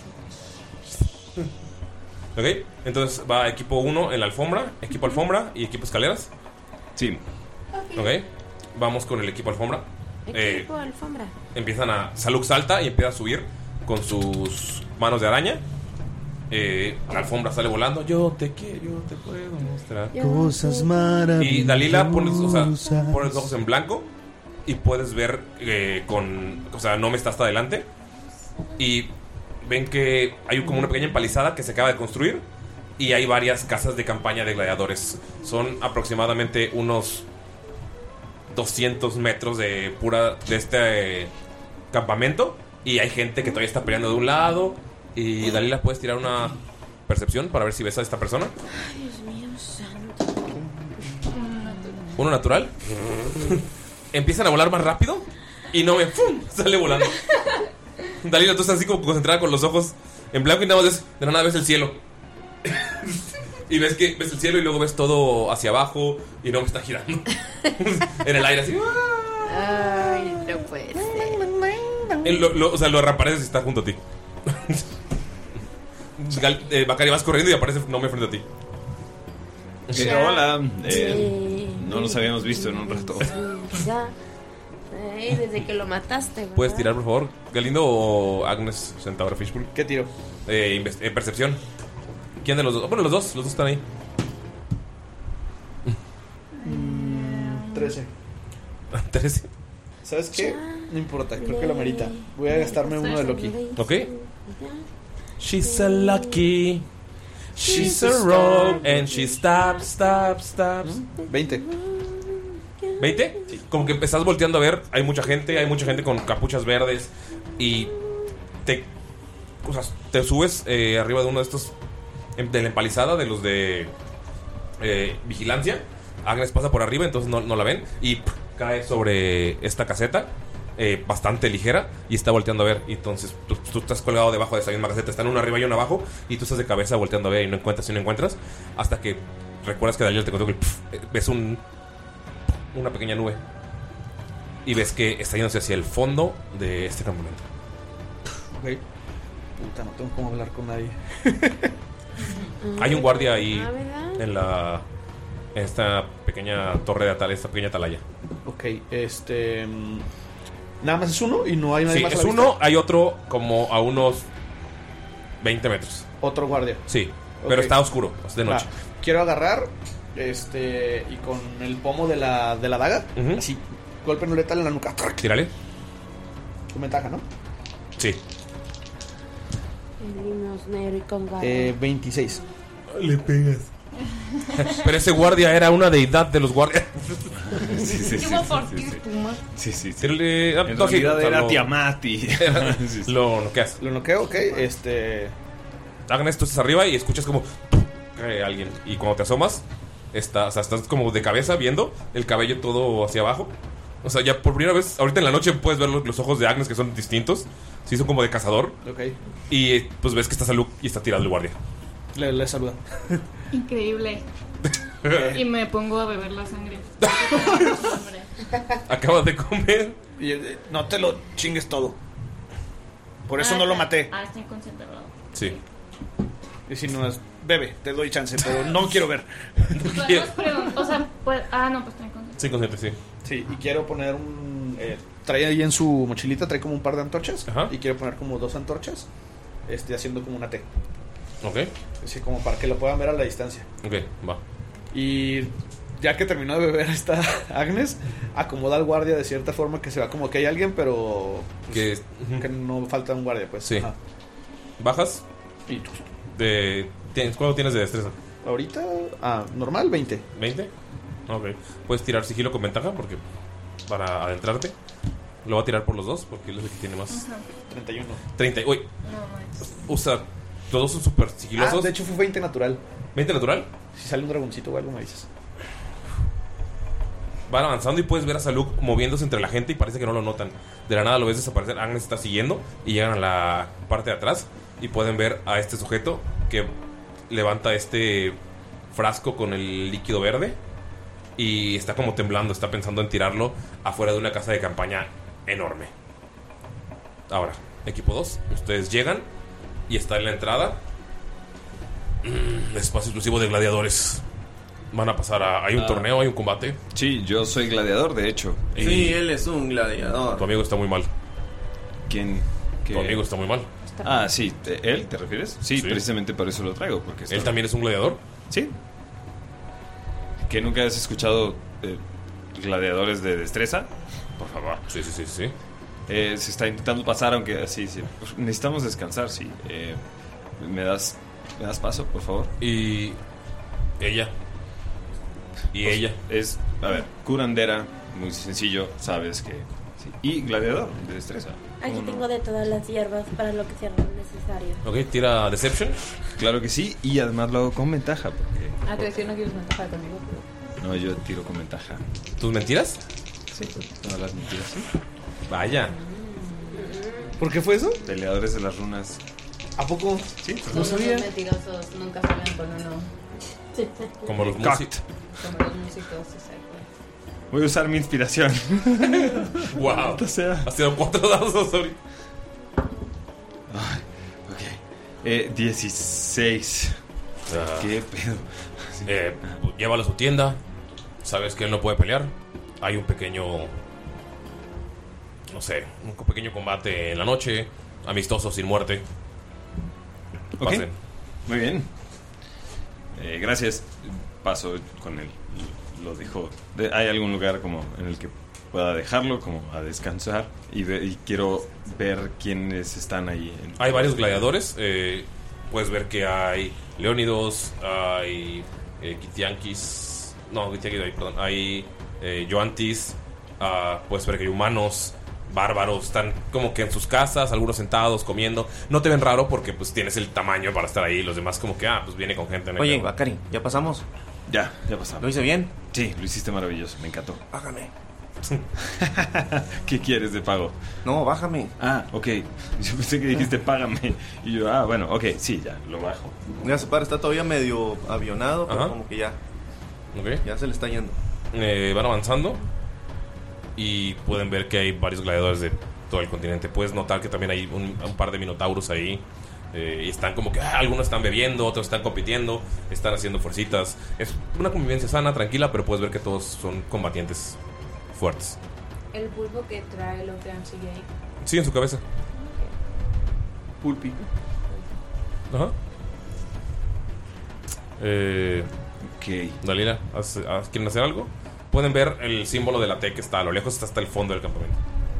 Ok, entonces va equipo uno en la alfombra, equipo alfombra y equipo escaleras. Sí. Ok, vamos con el equipo alfombra. Eh, Equipo alfombra. empiezan a. Saluk salta y empieza a subir con sus manos de araña. Eh, la alfombra sale volando. Yo te quiero, yo te puedo mostrar Cosas maravillosas. Y Dalila pone, o sea, pone los ojos en blanco y puedes ver eh, con. O sea, no me está hasta adelante. Y ven que hay como una pequeña empalizada que se acaba de construir. Y hay varias casas de campaña de gladiadores. Son aproximadamente unos doscientos metros de pura. De este eh, campamento. Y hay gente que todavía está peleando de un lado. Y Dalila, ¿puedes tirar una percepción para ver si ves a esta persona? Ay, Dios mío, santo. Uno natural. Empiezan a volar más rápido. Y no me ¡fum! Sale volando. Dalila, tú estás así como concentrada con los ojos en blanco y nada más ves, de la nada ves el cielo. Y ves que ves el cielo y luego ves todo hacia abajo y no me está girando. En el aire así. Ay, no puede ser. Él lo- lo- o sea, lo reapareces y está junto a ti. Gal- eh, Bacari, vas corriendo y aparece Nome frente a ti. Eh, hola, eh, no nos habíamos visto en un rato. Ya. Eh, desde que lo mataste, ¿verdad? ¿Puedes tirar, por favor? Galindo o Agnes, Centauro Fishpool. ¿Qué tiro? Eh, invest- eh, percepción. ¿Quién de los dos? Bueno, los dos, los dos están ahí. trece. trece. ¿Sabes qué? No importa, creo que lo merita. Voy a gastarme uno de Loki. Ok. She's a lucky. She's a rogue. And she stops, stops, stops. veinte. ¿veinte? Como que estás volteando a ver. Hay mucha gente, hay mucha gente con capuchas verdes. Y te, o sea, te subes eh, arriba de uno de estos em, de la empalizada, de los de eh, vigilancia. Agnes pasa por arriba, entonces no, no la ven. Y pff, cae sobre esta caseta eh, bastante ligera. Y está volteando a ver. Y entonces tú, tú estás colgado debajo de esa misma caseta. Están uno arriba y uno abajo. Y tú estás de cabeza volteando a ver y no encuentras y no encuentras. Hasta que recuerdas que Daniel te contó que pff, ves un una pequeña nube. Y ves que está yéndose hacia el fondo de este campamento. Ok. Puta, no tengo cómo hablar con nadie. Hay un guardia ahí en la en esta pequeña torre de atalaya, esta pequeña atalaya. Ok, este... mm, nada más es uno y no hay nadie Sí, más a es la uno, vista. hay otro como a unos veinte metros. Otro guardia. Sí, pero Ok. está oscuro, es de noche. Va, quiero agarrar este y con el pomo de la, de la daga, Ujú. así, golpe no letal en la nuca. Tírale. Con ventaja, ¿no? Sí. El limosnero y con garra. Eh, veintiséis. Le pegas. Pero ese guardia era una deidad de los guardias. Sí, sí, sí, Iba sí, por sí, ti, sí. Puma. Sí, sí, sí. Tírale- ah, En no, sí, realidad o sea, era lo- Tiamat y... Sí, sí. Lo noqueas. Lo noqueo, ok. Este. Agnes, tú estás arriba y escuchas como cae alguien. Y cuando te asomas, está, o sea, estás como de cabeza viendo el cabello todo hacia abajo. O sea, ya por primera vez, ahorita en la noche puedes ver los, los ojos de Agnes que son distintos. Sí, son como de cazador. Ok. Y pues ves que está Saluk y está tirado el guardia. Le, le saluda. Increíble. Y me pongo a beber la sangre. Acabas de comer. Y, eh, no te lo chingues todo. Por eso Ah, no lo está- maté. Ah, estoy concentrado. Sí. Y si no es. Bebe, te doy chance, pero no quiero ver. Podemos preguntar. O sea, pues. Ah, no, pues estoy consciente. Sí, consciente, sí. Sí, y quiero poner un. Eh, trae ahí en su mochilita, trae como un par de antorchas. Ajá. Y quiero poner como dos antorchas. Este, haciendo como una T. Ok. Así como para que lo puedan ver a la distancia. Ok, va. Y ya que terminó de beber esta Agnes, acomoda al guardia de cierta forma que se va como que hay alguien, pero pues, Que, que no falta un guardia, pues. Sí. Ajá. Bajas. Y de tienes, ¿cuánto tienes de destreza? ahorita, ah, normal, veinte. ¿veinte? Ok. Puedes tirar sigilo con ventaja porque para adentrarte. Lo va a tirar por los dos porque él es el que tiene más. Ajá. treinta y uno. treinta. Uy. No, Usa. Los dos son súper Ah, sigilosos. de hecho fue veinte natural. ¿veinte natural? Si sale un dragoncito o algo me dices. Van avanzando y puedes ver a Saluk moviéndose entre la gente y parece que no lo notan. De la nada lo ves desaparecer. Agnes está siguiendo y llegan a la parte de atrás y pueden ver a este sujeto que levanta este frasco con el líquido verde y está como temblando, está pensando en tirarlo afuera de una casa de campaña enorme. Ahora, equipo dos, ustedes llegan y está en la entrada. Mm, espacio exclusivo de gladiadores. Van a pasar a... ¿Hay un Ah. torneo? ¿Hay un combate? Sí, yo soy gladiador, de hecho. Sí, él es un gladiador. Tu amigo está muy mal. ¿Quién? ¿Qué? Tu amigo está muy mal. Ah, sí. ¿te- ¿Él te refieres? Sí, Sí. precisamente por eso lo traigo. Porque está- ¿Él también es un gladiador? Sí. ¿Que nunca has escuchado eh, gladiadores de destreza? Por favor. Sí, sí, sí, sí. Eh, se está intentando pasar, aunque así, sí. Pues, necesitamos descansar, sí. Eh, ¿me, das, ¿Me das paso, por favor? Y... ella. Y Pues, ella. Es, a ver, curandera, muy sencillo, sabes que... sí. Y gladiador de destreza. Aquí ¿Cómo no? tengo de todas las hierbas para lo que sea necesario. Ok, tira Deception. Claro que sí, y además lo hago con ventaja, porque... Ah, te decía no quieres ventaja conmigo. No, yo tiro con ventaja. ¿Tus mentiras? Sí, todas las mentiras, sí. Vaya. ¿Por qué fue eso? Peleadores de las runas. ¿A poco? Sí, Todos los mentirosos nunca salen con uno. Como los Cocked. músicos. Como los músicos, exacto. Voy a usar mi inspiración. Wow. O sea. Has tirado cuatro dados ahorita. Ay, ok. Eh, dieciséis. Ah, ¿Qué pedo? Eh, llévalo a su tienda. Sabes que él no puede pelear. Hay un pequeño, no sé, un pequeño combate en la noche, amistoso, sin muerte. Ok, Pasen. muy bien. Eh, gracias. Paso con él. Lo dejo. De- ¿Hay algún lugar como en el que pueda dejarlo, como a descansar? Y, ve- y quiero ver quiénes están ahí. en- Hay varios gladiadores. eh, puedes ver que hay Leónidos, hay eh, Kitiankis. No, Kitiankis, hay, perdón. Hay eh, Yoantis. ah, puedes ver que hay humanos, bárbaros. Están como que en sus casas, algunos sentados, comiendo. No te ven raro porque pues tienes el tamaño para estar ahí. Los demás como que, ah, pues viene con gente. no hay Oye, pedo. Bacari, ¿ya pasamos? Ya, ya pasamos. ¿Lo hice bien? Sí, lo hiciste maravilloso. Me encantó. Bájame. ¿Qué quieres de pago? No, bájame. Ah, ok. Yo pensé que dijiste págame. Y yo, ah, bueno, ok, sí, ya, lo bajo. Mira, su padre está todavía medio avionado, pero Ajá. como que ya, Ok. ya se le está yendo. Eh, van avanzando y pueden ver que hay varios gladiadores de todo el continente. Puedes notar que también hay un, un par de minotauros ahí. eh, y están como que ah, algunos están bebiendo, otros están compitiendo, están haciendo fuercitas. Es una convivencia sana, tranquila, pero puedes ver que todos son combatientes fuertes. El pulpo que trae los Gran sigue ahí. Sí, en su cabeza. Pulpi. Ajá. Eh, ok. Dalila, ¿has- has- ¿quieren hacer algo? Pueden ver el símbolo de la T que está a lo lejos, está hasta el fondo del campamento.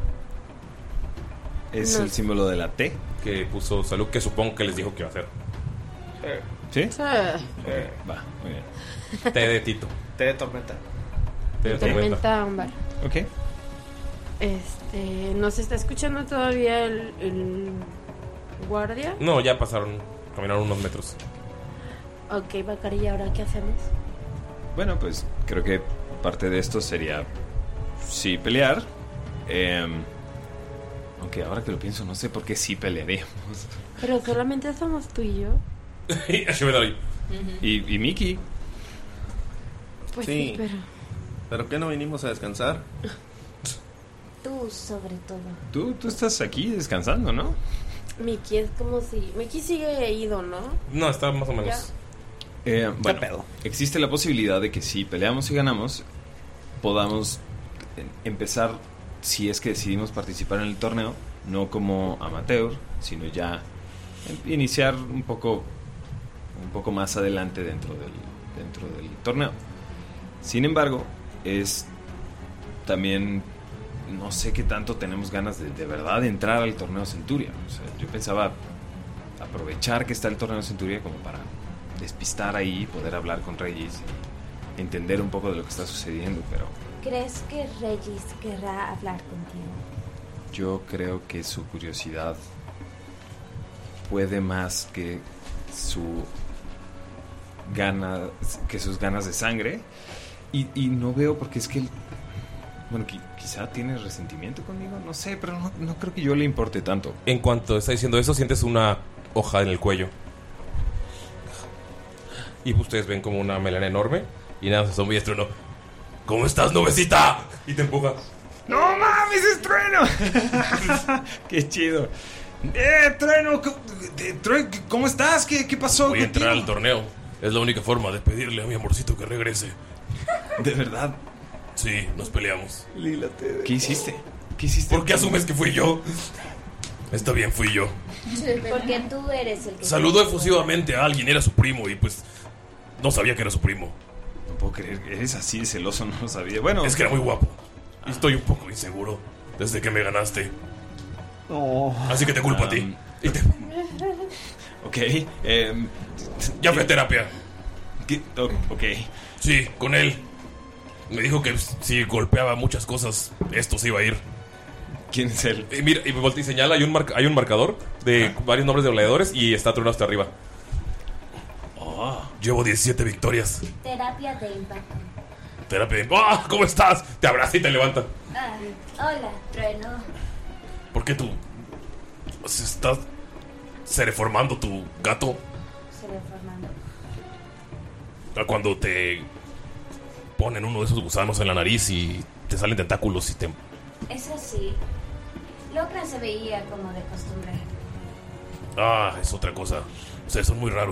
¿Es No. el símbolo de la T? Que puso Salud, que supongo que les dijo que iba a hacer. ¿Sí? Sí. Eh, va, muy bien. T de Tito. Té de tormenta. T de tormenta. Tormenta ámbar. Ok. Este, ¿nos está escuchando todavía el, el guardia? No, ya pasaron, caminaron unos metros. Ok, Bacari, ¿y ahora qué hacemos? Bueno, pues creo que parte de esto sería sí pelear. Em, aunque ahora que lo pienso, no sé por qué sí pelearíamos. Pero solamente somos tú y yo. y, y Mickey. Pues sí, pero... ¿Pero qué no vinimos a descansar? Tú, sobre todo. Tú, tú estás aquí descansando, ¿no? Mickey es como si... Mickey sigue ido, ¿no? No, está más o menos. Ya. Eh, bueno, existe la posibilidad de que si peleamos y ganamos, podamos eh, empezar, si es que decidimos participar en el torneo, no como amateur, sino ya em- iniciar un poco, un poco más adelante dentro del, dentro del torneo. Sin embargo, es también, no sé qué tanto tenemos ganas de, de verdad de entrar al torneo Centuria. O sea, yo pensaba aprovechar que está el torneo Centuria como para despistar ahí, poder hablar con Regis y entender un poco de lo que está sucediendo, pero ¿Crees que Regis querrá hablar contigo? yo creo que su curiosidad puede más que su gana, que sus ganas de sangre, y, y no veo porque es que él, bueno, qui- quizá tiene resentimiento conmigo, no sé, pero no, no creo que yo le importe tanto. En cuanto está diciendo eso, sientes una hoja en el cuello. Y ustedes ven como una melena enorme. Y nada, se asoma y es Trueno. ¿Cómo estás, nubecita? Y te empuja. ¡No mames, es Trueno! ¡Qué chido! ¡Eh, Trueno! ¿Cómo, eh, Trueno, ¿cómo estás? ¿Qué, qué pasó Voy a contigo? entrar al torneo. Es la única forma de pedirle a mi amorcito que regrese. ¿De verdad? Sí, nos peleamos. ¿Qué hiciste? ¿Qué hiciste? ¿Por qué asumes que fui yo? Está bien, fui yo. Porque tú eres el que... Saludó efusivamente a alguien, era su primo y pues no sabía que era su primo. No puedo creer, eres así de celoso, no lo sabía. Bueno, Es que era muy guapo. Y estoy un poco inseguro desde que me ganaste. Así que te culpo a ti. Y te- Ok, em, Ya fui a terapia. ¿qué? Oh, ok. Sí, con él. Me dijo que si golpeaba muchas cosas, esto se iba a ir. ¿Quién es él? Y mira, y me voltea y señala, hay un, marca- hay un marcador de varios nombres de gladiadores y está Trueno hasta arriba. Oh. Llevo diecisiete victorias. Terapia de impacto. Terapia. ¡Ah! ¿Cómo estás? Te abraza y te levanta. Ah, hola, Trueno. ¿Por qué tú se estás se reformando tu gato Se ve formando. cuando te ponen uno de esos gusanos en la nariz y te salen tentáculos y te... Eso sí. Locran se veía como de costumbre. Ah, es otra cosa. Ustedes son muy raros.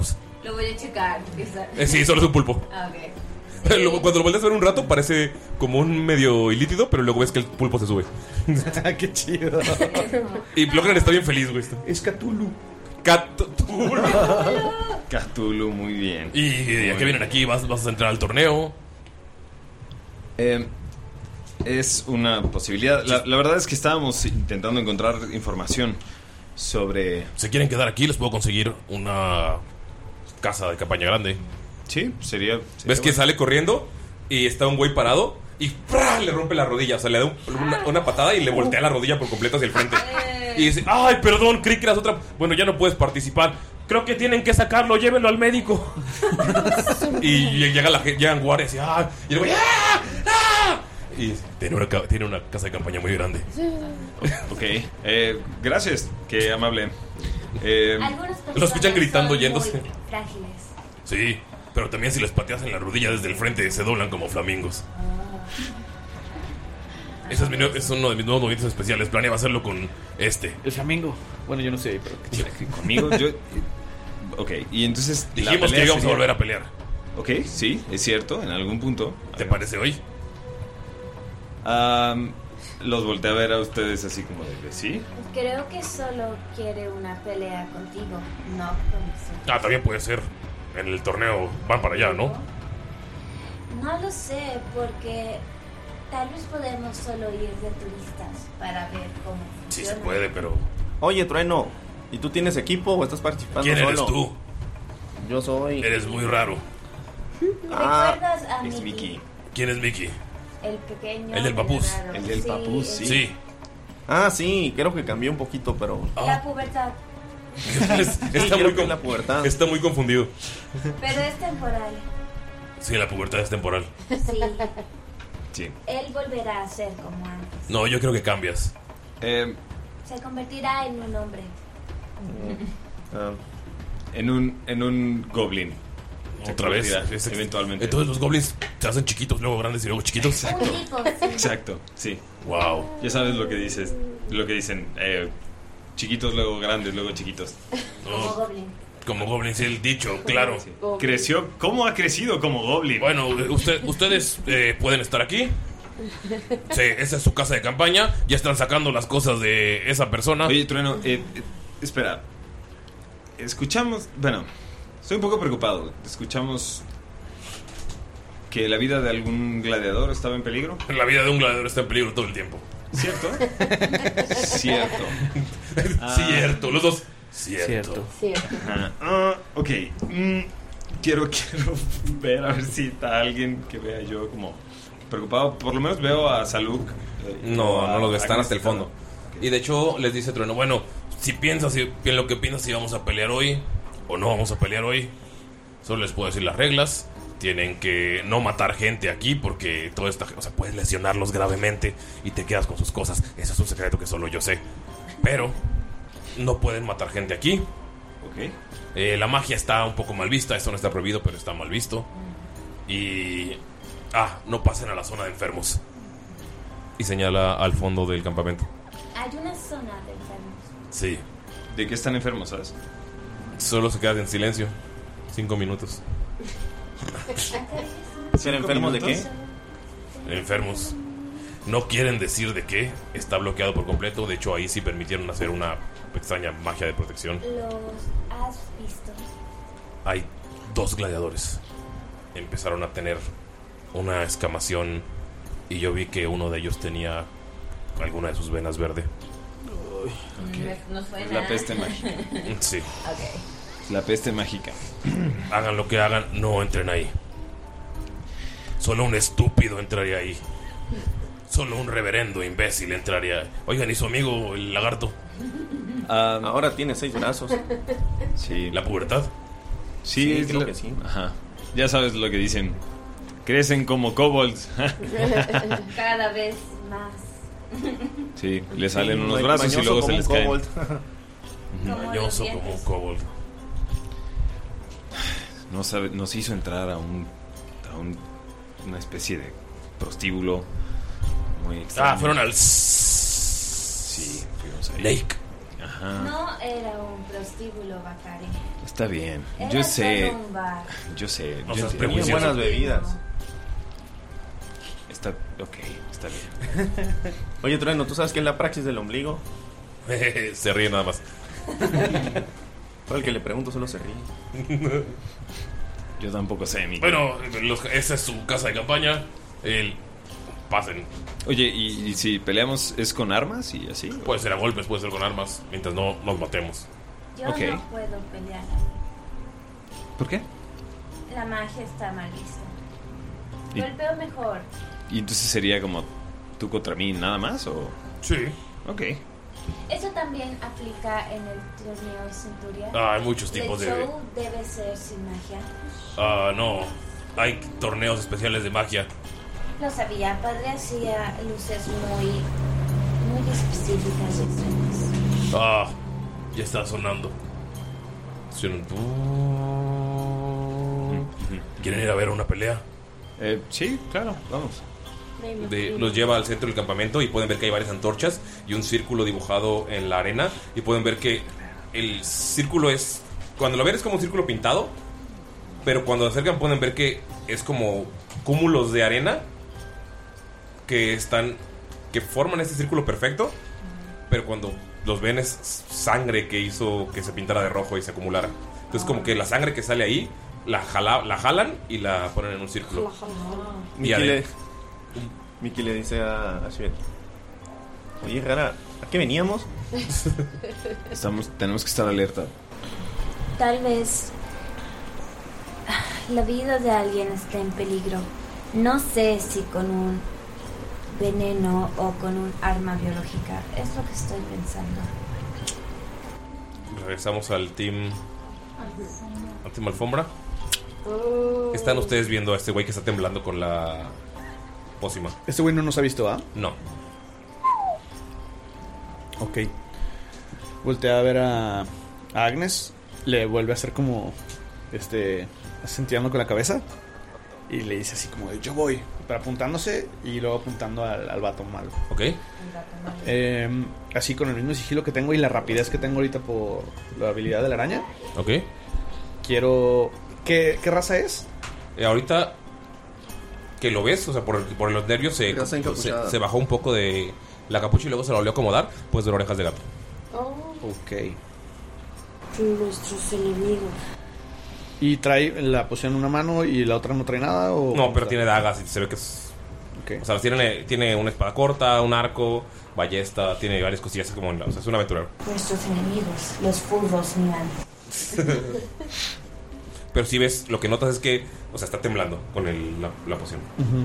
Lo voy a checar. Eh, sí, solo es un pulpo. Ah, ok. Lo- Cuando lo volteas a ver un rato parece como un medio ilíquido, pero luego ves que el pulpo se sube. Qué chido. Y Logran está bien feliz, güey. Es Cthulhu. Cthulhu. Cthulhu, muy bien. ¿Y a qué vienen aquí? ¿Vas, vas a entrar al torneo? Eh, es una posibilidad. La, la verdad es que estábamos intentando encontrar información sobre... ¿Se quieren quedar aquí? Les puedo conseguir una casa de campaña grande. Sí, sería... sería ¿Ves que bueno. sale corriendo y está un güey parado y ¡prá! Le rompe la rodilla? O sea, le da un- una, una patada y le voltea la rodilla por completo hacia el frente. Y dice, ¡ay, perdón! Creí que eras otra... Bueno, ya no puedes participar. Creo que tienen que sacarlo, llévenlo al médico. Y llega la gente, llegan guardias y, ¡ah! Y el güey, ¡ah! ¡ah! Y tiene una, ca- tiene una casa de campaña muy grande. Ok, eh, gracias, qué amable. Eh, Algunas personas Lo escuchan gritando son yéndose. muy frágiles. Sí, pero también si les pateas en la rodilla desde el frente se doblan como flamingos. Ese es, mi nue- es uno de mis nuevos movimientos especiales. Planeaba hacerlo con este. El flamingo. Bueno, yo no sé, pero qué chido. Conmigo, yo... Ok, y entonces... la Dijimos pelea que íbamos a sería- volver a pelear. Ok, sí, es cierto, en algún punto. ¿Te parece hoy? Am, los volteé a ver a ustedes así como de... ¿Sí? Creo que solo quiere una pelea contigo, no con Ah, también puede ser. En el torneo van para allá, ¿no? nosotros. No lo sé, porque tal vez podemos solo ir de turistas para ver cómo Sí funciona. se puede, pero... Oye, Trueno, ¿y tú tienes equipo o estás participando ¿Quién solo? eres tú? Yo soy... Eres muy raro. ¿Recuerdas a es Mickey? Mickey. ¿Quién es Mickey? El pequeño. El del papús. raro. El del Sí, papús, es- sí. Sí. Ah, sí, creo que cambió un poquito, pero... La pubertad. Es- Sí, está, creo muy que con- la pubertad. está muy confundido. Pero es temporal. Sí, la pubertad es temporal. Sí. Sí. Él volverá a ser como antes. No, yo creo que cambias. Eh, Se convertirá en un hombre. Ah, en un, en un goblin. Se Otra vez. convertirá Es- eventualmente. Entonces los goblins se hacen chiquitos, luego grandes y luego chiquitos. Un tipo, sí. Exacto, sí. Wow. Ya sabes lo que dices, lo que dicen, eh, chiquitos luego grandes, luego chiquitos. Como goblin. Como goblins, el dicho, claro. Sí. Creció, ¿cómo ha crecido como goblin? Bueno, usted, ustedes eh, pueden estar aquí. Sí, esa es su casa de campaña. Ya están sacando las cosas de esa persona. Oye, Trueno, eh, eh, espera. Escuchamos, bueno, estoy un poco preocupado. Escuchamos que la vida de algún gladiador estaba en peligro. La vida de un gladiador está en peligro todo el tiempo. ¿Cierto? Cierto. Ah. Cierto, los dos. Cierto. Cierto. Ajá. Ah, ok. Mm, quiero, quiero ver a ver si está alguien que vea yo como preocupado. Por lo menos veo a Saluk. eh, No, o a no lo están Agnes hasta el fondo. Y de hecho les dice Trueno, bueno, si piensas si, en lo que piensas si vamos a pelear hoy o no vamos a pelear hoy, solo les puedo decir las reglas. Tienen que no matar gente aquí porque todo esta, o sea, puedes lesionarlos gravemente y te quedas con sus cosas. Eso es un secreto que solo yo sé. Pero no pueden matar gente aquí. Ok. Eh, la magia está un poco mal vista. Esto no está prohibido, pero está mal visto. Y... Ah, no pasen a la zona de enfermos. Y señala al fondo del campamento. Hay una zona de enfermos. Sí. ¿De qué están enfermos, sabes? Solo se quedan en silencio. Cinco minutos. ¿Ser enfermos de qué? Enfermos. No quieren decir de qué. Está bloqueado por completo. De hecho, ahí sí permitieron hacer una extraña magia de protección. ¿Los has visto? Hay dos gladiadores. Empezaron a tener una escamación y yo vi que uno de ellos tenía alguna de sus venas verde. Okay. No suena. La peste mágica. Sí. Ok. La peste mágica. Hagan lo que hagan, no entren ahí. Solo un estúpido entraría ahí. Solo un reverendo imbécil entraría. Oigan, ¿y su amigo el lagarto? Um, Ahora tiene seis brazos. Sí. ¿La pubertad? Sí, Sí, es creo lo- que sí. Ajá. Ya sabes lo que dicen. Crecen como kobolds. Cada vez más. Sí, le salen Sí, unos ma- brazos y mañoso luego se como les un caen. kobold. Como Mañoso los como un dientes. kobold. Nos, sabe- nos hizo entrar a un, a un una especie de prostíbulo muy extraño. Ah, fueron al... Sí, fuimos ahí. Lake. Ajá. No era un prostíbulo, Bacari. Está bien. Era Yo sé. solo un bar. Yo sé. No yo seas sé. prejuicioso. Buenas bebidas. Está. Ok, está bien. Oye, Trueno, ¿tú sabes qué es la praxis del ombligo? Se ríe nada más. Todo el que le pregunto solo se ríe. Yo tampoco sé, mi. Bueno, los- esa es su casa de campaña. El, pasen. Oye, ¿y, y si peleamos es con armas y así? Puede ser a golpes, puede ser con armas, mientras no nos matemos. Yo Ok. no puedo pelear ahí. ¿Por qué? La magia está mal vista. Y- Golpeo mejor. ¿Y entonces sería como tú contra mí nada más o...? Sí. Ok. Eso también aplica en el torneo Centuria. Ah, hay muchos tipos ¿El de- show debe ser sin magia? Ah, no. Hay torneos especiales de magia. Lo sabía, padre hacía luces muy, muy específicas y extrañas. Ah, ya está sonando. Suena- ¿Quieren ir a ver una pelea? Eh, sí, claro, vamos. De- los lleva al centro del campamento y pueden ver que hay varias antorchas y un círculo dibujado en la arena. Y pueden ver que el círculo es... Cuando lo ven es como un círculo pintado, pero cuando se acercan pueden ver que es como cúmulos de arena que están... que forman este círculo perfecto, pero cuando los ven es sangre que hizo que se pintara de rojo y se acumulara. Entonces como que la sangre que sale ahí la, jala, la jalan y la ponen en un círculo. Y Miki ade- le, Miki le dice a, a Shivet: oye, Rara, ¿a qué veníamos? Estamos, tenemos que estar alerta. Tal vez la vida de alguien esté en peligro. No sé si con un veneno o con un arma biológica. Es lo que estoy pensando. Regresamos al team... Al team alfombra. Están ustedes viendo a este güey que está temblando con la pócima. Este güey no nos ha visto, ¿ah? No. Ok. Voltea a ver a, a Agnes. Le vuelve a hacer como... Este... Asentando con la cabeza. Y le dice así como de, yo voy. Pero apuntándose y luego apuntando al, al vato malo. Ok. Eh, así con el mismo sigilo que tengo y la rapidez que tengo ahorita por la habilidad de la araña. Ok. Quiero... ¿Qué, qué raza es? Eh, ahorita que lo ves, o sea, por, por los nervios se, Raza se, encapuchada. se bajó un poco de la capucha y luego se la volvió a acomodar, pues de orejas de gato. Ok. Nuestros enemigos. ¿Y trae la poción en una mano y la otra no trae nada? ¿o? No, pero tiene dagas y se ve que es... Ok. O sea, tiene, tiene una espada corta, un arco, ballesta, tiene varias cosillas como... en la- O sea, es un aventurero. Nuestros enemigos, los furros miran. Pero si ves, lo que notas es que, o sea, está temblando con el- la, la poción.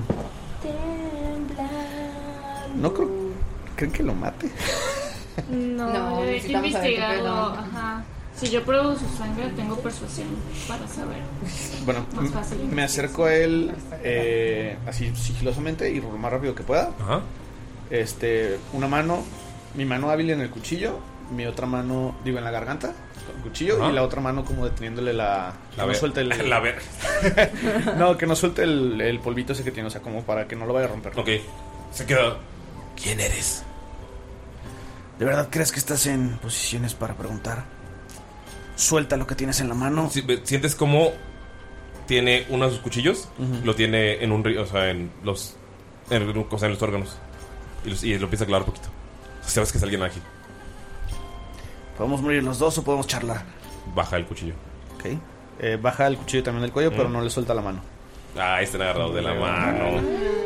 No creo... ¿Creen que lo mate? No, No, yo he necesitamos saber qué investigado. pedo. Ajá. Si yo pruebo su sangre, tengo persuasión para saber. Bueno, Más m- fácil. me acerco a él eh, así sigilosamente y lo más rápido que pueda. Ajá. Este, una mano, mi mano hábil en el cuchillo, mi otra mano, digo, en la garganta, con el cuchillo, Ajá. y la otra mano como deteniéndole la... que La no ver- suelte el... la ver- no, que no suelte el, el polvito ese que tiene, o sea, como para que no lo vaya a romper. Ok. Se queda... ¿Quién eres? ¿De verdad crees que estás en posiciones para preguntar? Suelta lo que tienes en la mano. Si- ve- ¿Sientes cómo tiene uno de sus cuchillos? Ujú. Lo tiene en un ri- o sea, en los... En, o sea, en los órganos. Y, los- y lo empieza a clavar poquito. O sea, sabes que es alguien ágil. ¿Podemos morir los dos o podemos charlar? Baja el cuchillo. Ok. Eh, baja el cuchillo también del cuello, pero Mm. no le suelta la mano. Ah, están agarrados de la mano.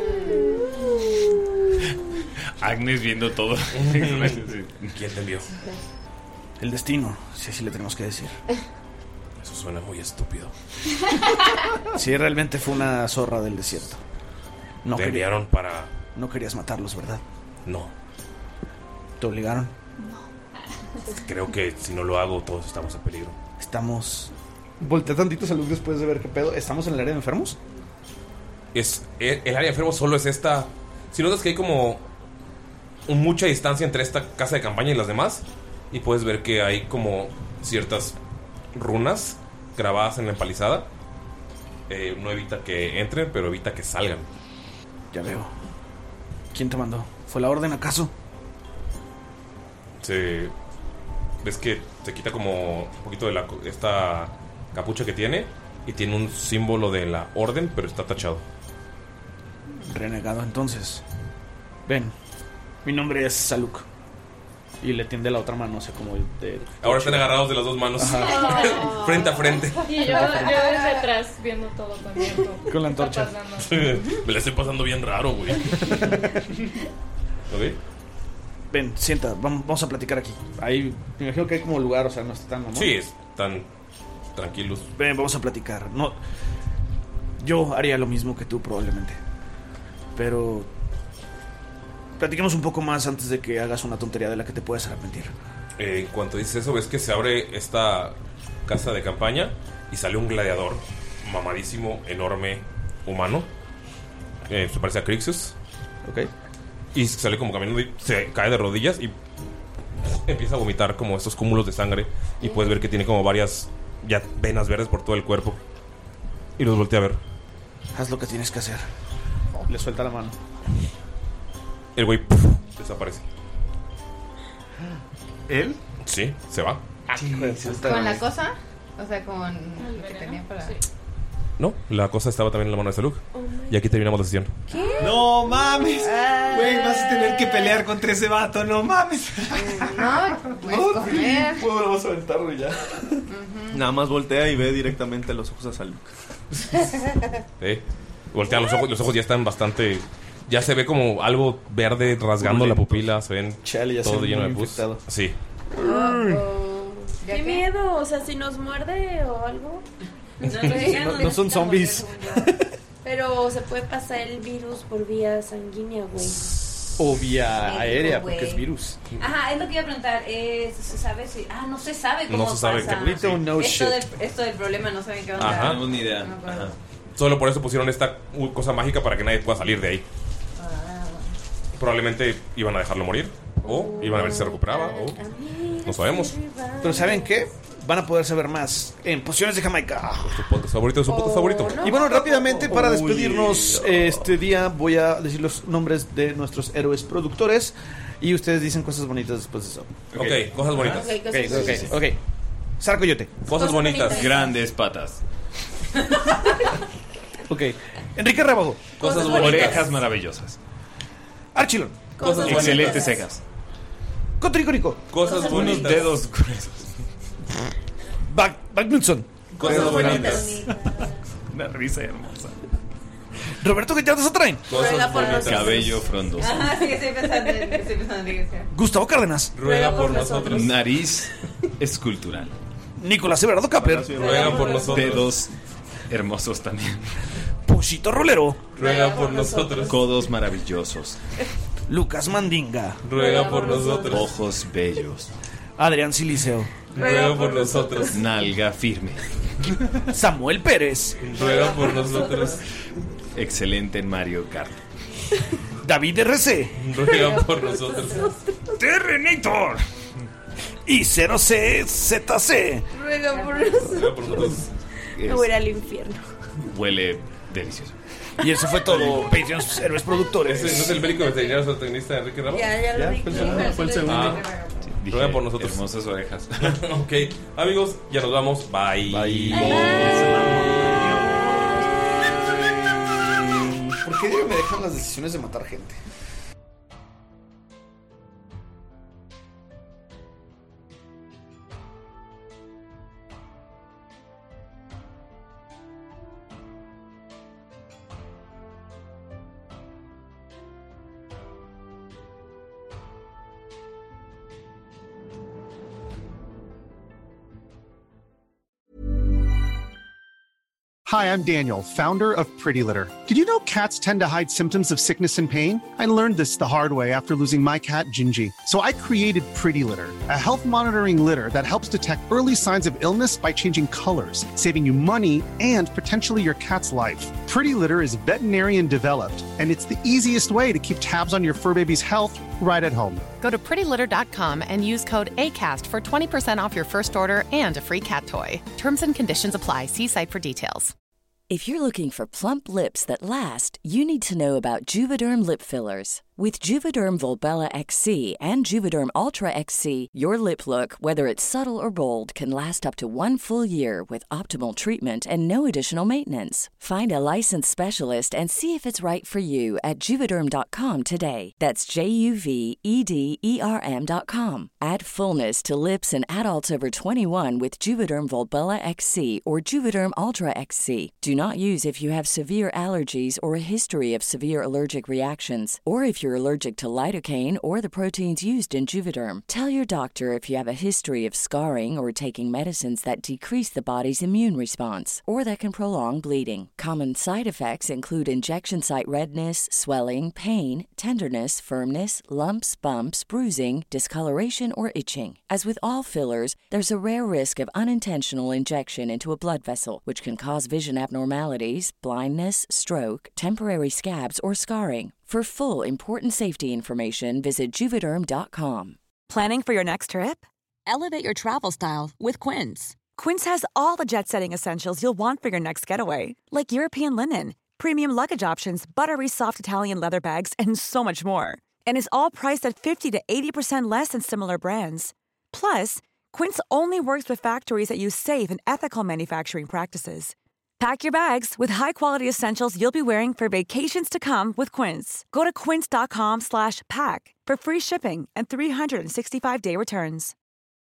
Agnes viendo todo. ¿Quién te envió? El destino, si así le tenemos que decir. Eso suena muy estúpido. Sí, realmente fue una zorra del desierto. No Te quería- enviaron para... No querías matarlos, ¿verdad? No. ¿Te obligaron? Creo que si no lo hago, todos estamos en peligro. Estamos... Voltea tantito salud después de ver qué pedo. ¿Estamos en el área de enfermos? Es, el, el área de enfermos solo es esta... Si notas que hay como... un- mucha distancia entre esta casa de campaña y las demás. Y puedes ver que hay como ciertas runas grabadas en la empalizada. Eh, no evita que entren, pero evita que salgan. Ya veo. ¿Quién te mandó? ¿Fue la orden acaso? Se ves que se quita como un poquito de la esta capucha que tiene y tiene un símbolo de la orden, pero está tachado. Renegado, entonces. Ven, mi nombre es Saluk. Y le tiende la otra mano, o sea, como de... Ahora están agarrados de las dos manos. Oh. Frente a frente. Y yo, yo desde atrás viendo todo con tiempo. Con la ¿Qué está antorcha. pasando? Me la estoy pasando bien raro, güey. ¿Ok? Ven, sienta, vamos, vamos a platicar aquí. Ahí, me imagino que hay como lugar, o sea, no está tan... ¿no? Sí, están tranquilos. Ven, vamos a platicar. No, yo haría lo mismo que tú probablemente. Pero... platiquemos un poco más antes de que hagas una tontería de la que te puedes arrepentir. Eh, en cuanto dices eso, ves que se abre esta casa de campaña y sale un gladiador mamadísimo, enorme, humano. Eh, se parece a Crixus. Ok. Y sale como caminando y se cae de rodillas y empieza a vomitar como estos cúmulos de sangre. Y puedes ver que tiene como varias ya venas verdes por todo el cuerpo. Y los voltea a ver. Haz lo que tienes que hacer. Le suelta la mano. El güey desaparece. ¿Él? Sí, se va. ¿Con la cosa? O sea, con lo que tenía para... No, la cosa estaba también en la mano de Saluk. Y aquí terminamos la sesión. ¿Qué? No mames. Güey, vas a tener que pelear contra ese vato, no mames. No, puedes comer. Pues vamos a aventarlo ya. Nada más voltea y ve directamente los ojos a Saluk. ¿Eh? Voltea los ojos, los ojos ya están bastante... Ya se ve como algo verde rasgando la pupila. Se ven Chale, ya todo se lleno de muy pus. infectado. Sí. Qué miedo, o sea, si nos muerde o algo. No, no son zombies. Pero se puede pasar el virus por vía sanguínea, güey. O vía aérea, güey. porque es virus. Ajá, es lo que iba a preguntar. Eh, ¿Se sabe si...? Ah, no se sabe cómo No se sabe. pasa. We don't know esto, shit. del, esto del problema no saben qué onda. Ajá. No tenemos ni idea. No me acuerdo. Ajá. Solo por eso pusieron esta uh, cosa mágica para que nadie pueda salir de ahí. Probablemente iban a dejarlo morir. O iban a ver si se recuperaba. O no sabemos. Pero ¿saben qué? Van a poder saber más en Pociones de Jamaica. Su podcast favorito es su podcast favorito. Y bueno, rápidamente para Uy, despedirnos este día voy a decir los nombres de nuestros héroes productores y ustedes dicen cosas bonitas después de eso. Ok, cosas bonitas. Ok, Ok, cosas ok, bonitas. ok. Sara Coyote. Cosas bonitas. Grandes patas. Ok. Enrique Rábago. Cosas bonitas. Orejas maravillosas. Archilon. Cosas bonitas. Excelentes cejas. Cotricorico. Cosas Unos bonitas. dedos gruesos. Bag Bagnutson. Cosas bonitas. Una risa hermosa. Roberto Gallardo Satrain. Ruega Cosas por bonitas. Cabello frondoso. Ajá, sí, estoy pensando en... Estoy pensando en que Gustavo Cárdenas. Ruega por nosotros. Nariz escultural. Nicolás Everardo Capper. Ruega por nosotros. Dedos hermosos también. Puchito Rolero. Ruega por nosotros. Codos maravillosos. Lucas Mandinga. Ruega por nosotros. Ojos bellos. Adrián Siliceo. Ruega por nosotros. Nalga firme. Samuel Pérez. Ruega por nosotros. Excelente en Mario Kart. David R C. Ruega por nosotros. Terrenator. Y cero C Z C. Ruega por nosotros. Ruega por nosotros. Es- No voy a ir al infierno. huele delicioso. Y eso fue todo. Patreons, héroes productores. ¿Ese no es el médico veterinario zootecnista Enrique Ramos? Ya, ya lo dije. Fue el segundo. Ah, Dije, ruega por nosotros. Hermosas orejas. Ok, amigos, ya nos vamos. Bye. ¿Por qué me dejan las decisiones de matar gente? Hi, I'm Daniel, founder of Pretty Litter. Did you know cats tend to hide symptoms of sickness and pain? I learned this the hard way after losing my cat, Gingy. So I created Pretty Litter, a health monitoring litter that helps detect early signs of illness by changing colors, saving you money and potentially your cat's life. Pretty Litter is veterinarian developed, and it's the easiest way to keep tabs on your fur baby's health right at home. Go to pretty litter dot com and use code ACAST for twenty percent off your first order and a free cat toy. Terms and conditions apply. See site for details. If you're looking for plump lips that last, you need to know about Juvederm lip fillers. With Juvederm Volbella X C and Juvederm Ultra X C, your lip look, whether it's subtle or bold, can last up to one full year with optimal treatment and no additional maintenance. Find a licensed specialist and see if it's right for you at Juvederm dot com today. That's J U V E D E R M dot com. Add fullness to lips in adults over twenty-one with Juvederm Volbella X C or Juvederm Ultra X C. Do not use if you have severe allergies or a history of severe allergic reactions, or if you're allergic to lidocaine or the proteins used in Juvederm. Tell your doctor if you have a history of scarring or taking medicines that decrease the body's immune response or that can prolong bleeding. Common side effects include injection site redness, swelling, pain, tenderness, firmness, lumps, bumps, bruising, discoloration, or itching. As with all fillers, there's a rare risk of unintentional injection into a blood vessel, which can cause vision abnormalities, blindness, stroke, temporary scabs, or scarring. For full important safety information, visit Juvederm dot com. Planning for your next trip? Elevate your travel style with Quince. Quince has all the jet-setting essentials you'll want for your next getaway, like European linen, premium luggage options, buttery soft Italian leather bags, and so much more. And is all priced at fifty to eighty percent less than similar brands. Plus, Quince only works with factories that use safe and ethical manufacturing practices. Pack your bags with high-quality essentials you'll be wearing for vacations to come with Quince. Go to quince dot com slash pack for free shipping and three sixty-five day returns.